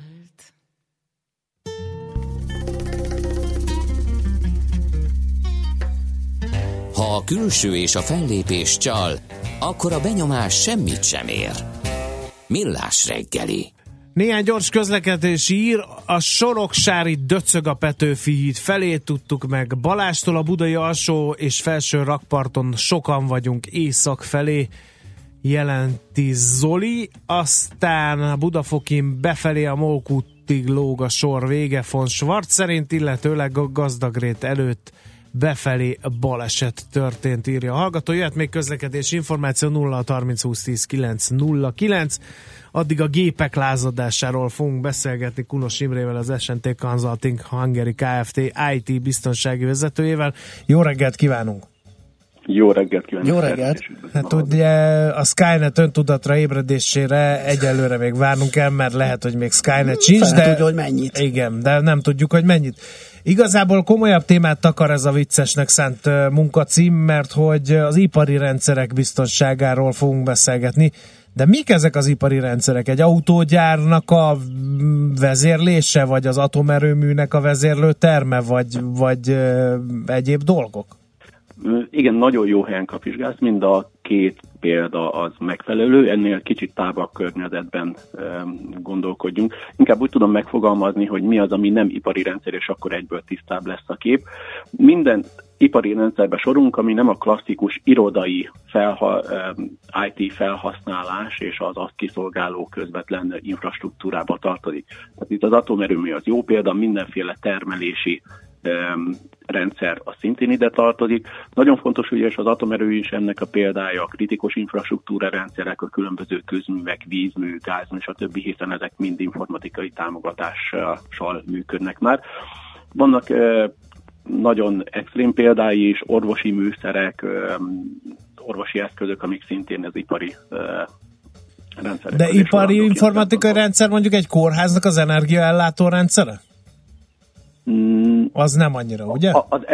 Ha a külső és a fellépés csal, akkor a benyomás semmit sem ér. Millás reggeli. Néhány gyors közlekedési hír. A Soroksári döcög a Petőfi híd felé, tudtuk meg. Balástól a budai alsó és felső rakparton sokan vagyunk észak felé, jelenti Zoli. Aztán a Budafokin befelé a Mókútig lóg a sor, vége von Schwarz szerint, illetőleg a Gazdagrét előtt befelé baleset történt, írja a hallgató. Jöhet még közlekedési információ 0-30-20-10-9-09. Addig a gépek lázadásáról fogunk beszélgetni Kunos Imrével, az S&T Consulting Hungary Kft. IT biztonsági vezetőjével. Jó reggelt kívánunk! Jó reggelt kívánok! Jó reggelt! Hát ugye a Skynet öntudatra ébredésére egyelőre még várnunk kell, mert lehet, hogy még Skynet sincs, de tudja, hogy mennyit. Igen, de nem tudjuk, hogy mennyit. Igazából komolyabb témát takar ez a viccesnek szánt munkacím, mert hogy az ipari rendszerek biztonságáról fogunk beszélgetni. De mik ezek az ipari rendszerek? Egy autógyárnak a vezérlése, vagy az atomerőműnek a vezérlő terme, vagy egyéb dolgok? Igen, nagyon jó helyen kapizsgálsz, mind a két példa az megfelelő, ennél kicsit tágabb környezetben gondolkodjunk. Inkább úgy tudom megfogalmazni, hogy mi az, ami nem ipari rendszer, és akkor egyből tisztább lesz a kép. Minden ipari rendszerbe sorunk, ami nem a klasszikus irodai IT felhasználás és az azt kiszolgáló közvetlen infrastruktúrába tartozik. Tehát itt az atomerőmű az jó példa, mindenféle termelési rendszer az szintén ide tartozik. Nagyon fontos, ugye, és az atomerő is ennek a példája, a kritikus infrastruktúra rendszerek, a különböző közművek, vízmű, gázmű, stb., hiszen ezek mind informatikai támogatással működnek már. Vannak nagyon extrém példái is, orvosi műszerek, orvosi eszközök, amik szintén az ipari rendszerek. De ipari informatikai rendszer mondjuk egy kórháznak az energiaellátó rendszere? Az nem annyira, ugye? Az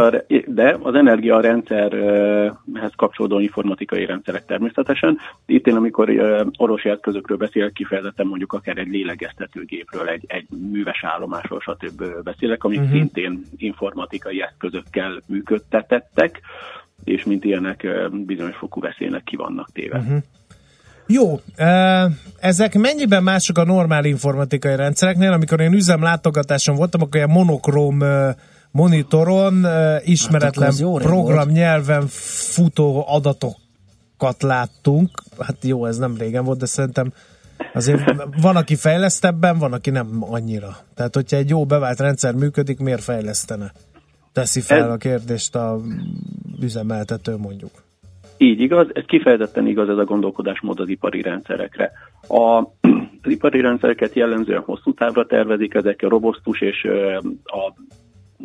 energiarendszerhez kapcsolódó informatikai rendszerek természetesen. Itt én, amikor orvosi eszközökről beszélek, kifejezetten mondjuk akár egy lélegeztetőgépről, egy műves állomásról, stb. Beszélek, amik szintén informatikai eszközökkel működtetettek, és mint ilyenek bizonyos fokú veszélynek ki vannak téve. Jó, ezek mennyiben mások a normál informatikai rendszereknél? Amikor én üzemlátogatáson voltam, akkor ilyen monokróm monitoron ismeretlen programnyelven futó adatokat láttunk. Hát jó, ez nem régen volt, de szerintem azért van, aki fejlesztebben, van, aki nem annyira. Tehát, hogyha egy jó bevált rendszer működik, miért fejlesztene? Teszi fel a kérdést a üzemeltető, mondjuk. Így igaz, ez kifejezetten igaz, ez a gondolkodásmód az ipari rendszerekre. Az ipari rendszereket jellemzően hosszú távra tervezik, ezek robosztus és a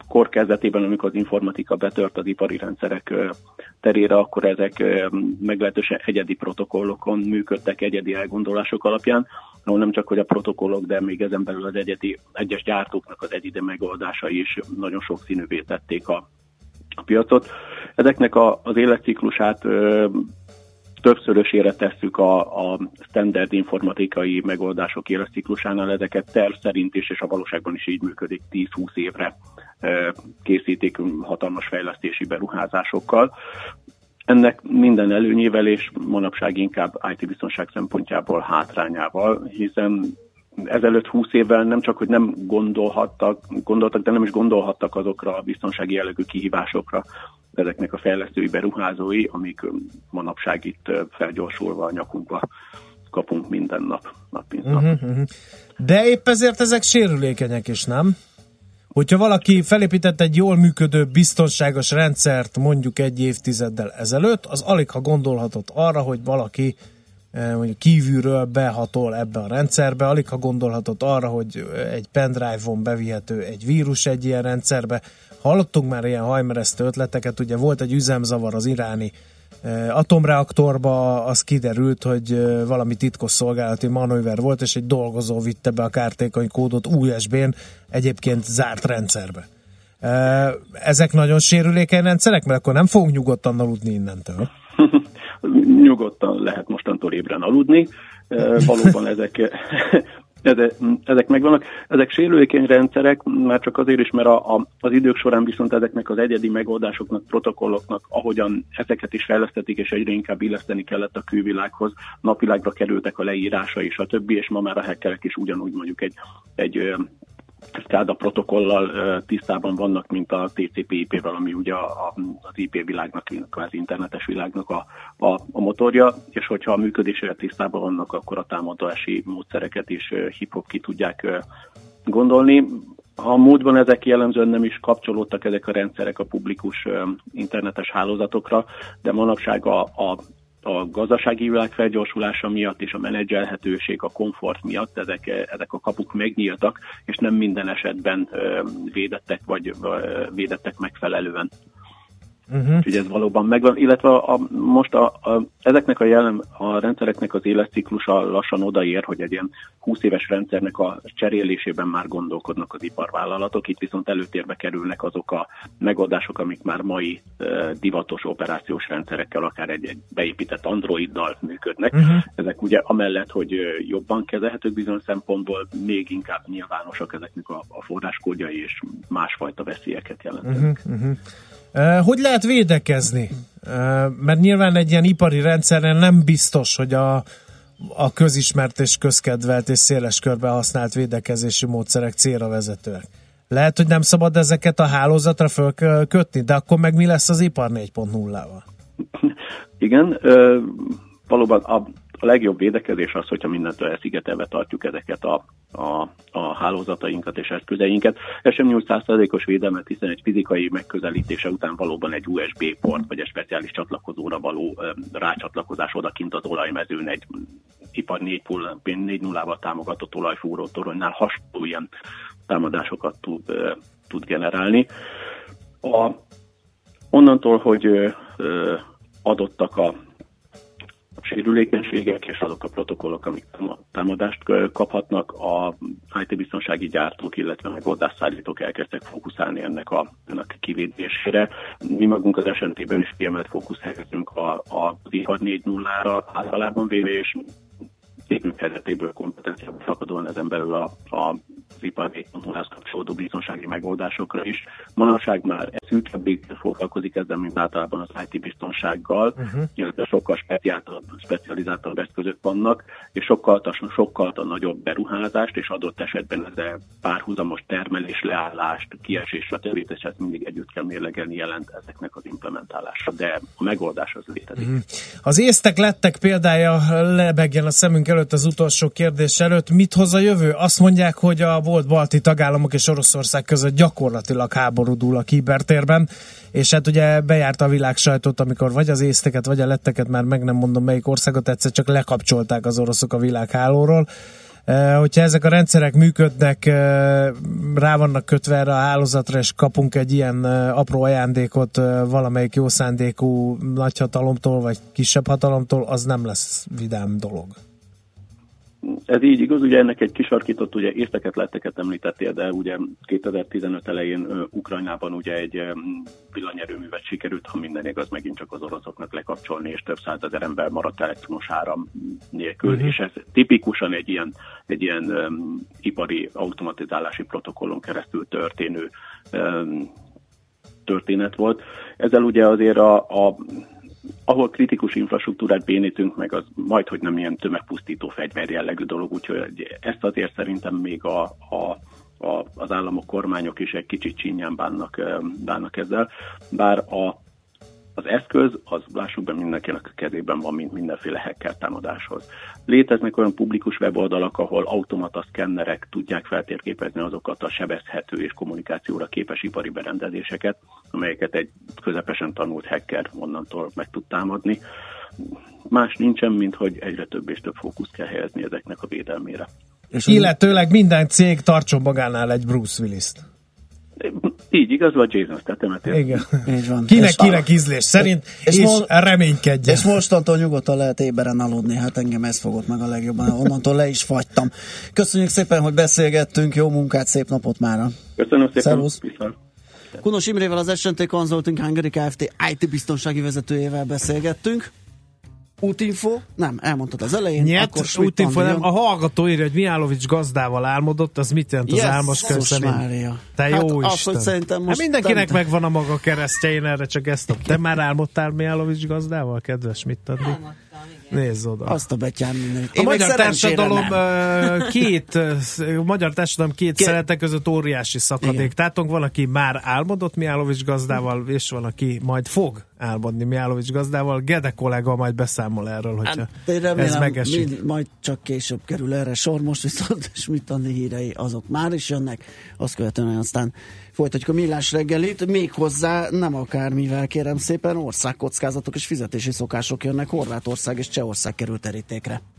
kor kezdetében, amikor az informatika betört az ipari rendszerek terére, akkor ezek meglehetősen egyedi protokollokon működtek, egyedi elgondolások alapján, ahol nem csak hogy a protokollok, de még ezen belül az egyes gyártóknak az egyedi megoldásai is nagyon sokszínűvé tették a piacot. Ezeknek az életciklusát többszörösére tesszük a standard informatikai megoldások életciklusánál, ezeket terv szerint is, és a valóságban is így működik, 10-20 évre készítik hatalmas fejlesztési beruházásokkal. Ennek minden előnyével és manapság inkább IT-biztonság szempontjából hátrányával, hiszen ezelőtt 20 évvel nem csak, hogy nem gondoltak, de nem is gondolhattak azokra a biztonsági jellegű kihívásokra ezeknek a fejlesztői beruházói, amik manapság itt felgyorsulva a nyakunkba kapunk minden nap mint nap. De épp ezért ezek sérülékenyek is, nem? Hogyha valaki felépített egy jól működő, biztonságos rendszert mondjuk egy évtizeddel ezelőtt, az aligha gondolhatott arra, hogy valaki mondjuk kívülről behatol ebbe a rendszerbe, aligha gondolhatott arra, hogy egy pendrive-on bevihető egy vírus egy ilyen rendszerbe. Hallottunk már ilyen hajmeresztő ötleteket, ugye volt egy üzemzavar az iráni atomreaktorba, az kiderült, hogy valami titkos szolgálati manőver volt, és egy dolgozó vitte be a kártékony kódot USB-n, egyébként zárt rendszerbe. Ezek nagyon sérülékeny rendszerek, mert akkor nem fogunk nyugodtan aludni innentől. Nyugodtan lehet mostantól ébren aludni. Valóban ezek megvannak. Ezek sérülékeny rendszerek, már csak azért is, mert az idők során viszont ezeknek az egyedi megoldásoknak, protokolloknak, ahogyan ezeket is fejlesztették, és egyre inkább illeszteni kellett a külvilághoz, napvilágra kerültek a leírása és a többi, és ma már a hackerek is ugyanúgy mondjuk egy SCADA protokollal tisztában vannak, mint a TCP/IP-vel, ami ugye az IP világnak, az internetes világnak a motorja, és hogyha a működésére tisztában vannak, akkor a támadási módszereket is hip-hop ki tudják gondolni. A múltban ezek jellemzően nem is kapcsolódtak ezek a rendszerek a publikus internetes hálózatokra, de manapság a gazdasági világ felgyorsulása miatt és a menedzselhetőség, a komfort miatt ezek a kapuk megnyíltak, és nem minden esetben védettek, vagy védettek megfelelően. Úgyhogy ez valóban megvan, illetve most ezeknek a rendszereknek az életciklusa lassan odaér, hogy egy ilyen 20 éves rendszernek a cserélésében már gondolkodnak az iparvállalatok, itt viszont előtérbe kerülnek azok a megoldások, amik már mai divatos operációs rendszerekkel, akár egy beépített Androiddal működnek. Ezek ugye amellett, hogy jobban kezelhetők bizonyos szempontból, még inkább nyilvánosak ezeknek a forráskódjai, és másfajta veszélyeket jelentenek. Hogy lehet védekezni? Mert nyilván egy ilyen ipari rendszeren nem biztos, hogy a közismert és közkedvelt és széles körben használt védekezési módszerek célra vezetőek. Lehet, hogy nem szabad ezeket a hálózatra fölkötni, de akkor meg mi lesz az ipar 4.0-val? Igen, valóban a legjobb védekezés az, hogyha mindentől elszigetelve tartjuk ezeket a hálózatainkat és eszközeinket. Ez sem nyújt 100%-os védelmet, hiszen egy fizikai megközelítése után valóban egy USB port vagy egy speciális csatlakozóra való rácsatlakozás odakint az olajmezőn egy ipar 4.0-val támogatott olajfúró toronynál hasonló ilyen támadásokat tud generálni. Onnantól, hogy adottak a sérülékenységek és azok a protokollok, amik támadást kaphatnak, a IT-biztonsági gyártók, illetve megoldásszállítók elkezdtek fókuszálni ennek a kivédésére. Mi magunk az esetében is kiemelt fókusz helyezünk az ipar 4.0-ra általában véve, és épünk helyzetéből kompetenciából fakadóan ezen belül az ipar 4.0-hoz kapcsolódó biztonsági megoldásokra is. Manapság már szűkebbig foglalkozik ezzel, mint általában az IT-biztonsággal, illetve sokkal specializáltabb eszközök vannak, és sokkal nagyobb beruházást, és adott esetben ezzel párhuzamos termelés, leállást, kiesés, stb. És ezt mindig együtt kell mérlegelni, jelent ezeknek az implementálása, de a megoldás az létezik. Az észtek lettek példája lebegjen a szemünk előtt az utolsó kérdés előtt. Mit hoz a jövő? Azt mondják, hogy a volt balti tagállamok és Oroszország között gyakorlatilag háború dúl a kibertérben, és hát ugye bejárta a világ sajtót, amikor vagy az észteket, vagy a letteket, már meg nem mondom melyik országot, egyszer csak lekapcsolták az oroszok a világhálóról. Hogyha ezek a rendszerek működnek, rá vannak kötve erre a hálózatra, és kapunk egy ilyen apró ajándékot valamelyik jó szándékú nagyhatalomtól, vagy kisebb hatalomtól, az nem lesz vidám dolog. Ez így igaz, ugye ennek egy kisarkított, ugye észteket, letteket említettél, de ugye 2015 elején Ukrajnában ugye egy villanyerőművet sikerült, ha minden igaz, megint csak az oroszoknak lekapcsolni, és több százezer ember maradt elektromos áram nélkül, és ez tipikusan egy ilyen ipari automatizálási protokollon keresztül történő történet volt. Ezzel ugye azért ahol kritikus infrastruktúrát bénítünk meg, az majdhogy nem ilyen tömegpusztító fegyver jellegű dolog, úgyhogy ezt azért szerintem még az államok, kormányok is egy kicsit csinyán bánnak ezzel, bár az eszköz, az lássuk be, mindenkinek a kezében van, mint mindenféle hacker támadáshoz. Léteznek olyan publikus weboldalak, ahol automata szkennerek tudják feltérképezni azokat a sebezhető és kommunikációra képes ipari berendezéseket, amelyeket egy közepesen tanult hacker onnantól meg tud támadni. Más nincsen, mint hogy egyre több és több fókuszt kell helyezni ezeknek a védelmére. Illetőleg minden cég tartson magánál egy Bruce Willis-t. Így igaz, vagy Jason Statham-et. Igen. Kinek ízlés szerint, és reménykedjen. És mostantól nyugodtan lehet éberen aludni, hát engem ez fogott meg a legjobban, onnantól le is fagytam. Köszönjük szépen, hogy beszélgettünk, jó munkát, szép napot mára. Köszönöm szépen. Szervusz. Kunos Imrével, az S&T Consulting Hungary Kft. IT biztonsági vezetőjével beszélgettünk. Útinfo? Nem, elmondtad az elején. Útinfo nem. A hallgató írja, hogy Mihálovics gazdával álmodott, az mit jelent az álmos könyv szerint? Te jó hát Isten. Az, szerintem most mindenkinek megvan a maga keresztje, én erre csak ezt te már álmodtál Mihálovics gazdával, kedves, mit adni? Nézz oda. Azt a betyár mindenit. A magyar társadalom két szelete között óriási szakadék. Tehát van, aki már álmodott Mihálovics gazdával, és van, aki majd fog álmodni Mihálovics gazdával. Gede kollega majd beszámol erről, hogyha ez megesik. Majd csak később kerül erre sor, most viszont Schmidt-Andi hírei azok már is jönnek, azt követően aztán folytatjuk a Millás reggelit, méghozzá nem akármivel, kérem szépen, országkockázatok és fizetési szokások jönnek, Horvátország és Csehország kerül terítékre.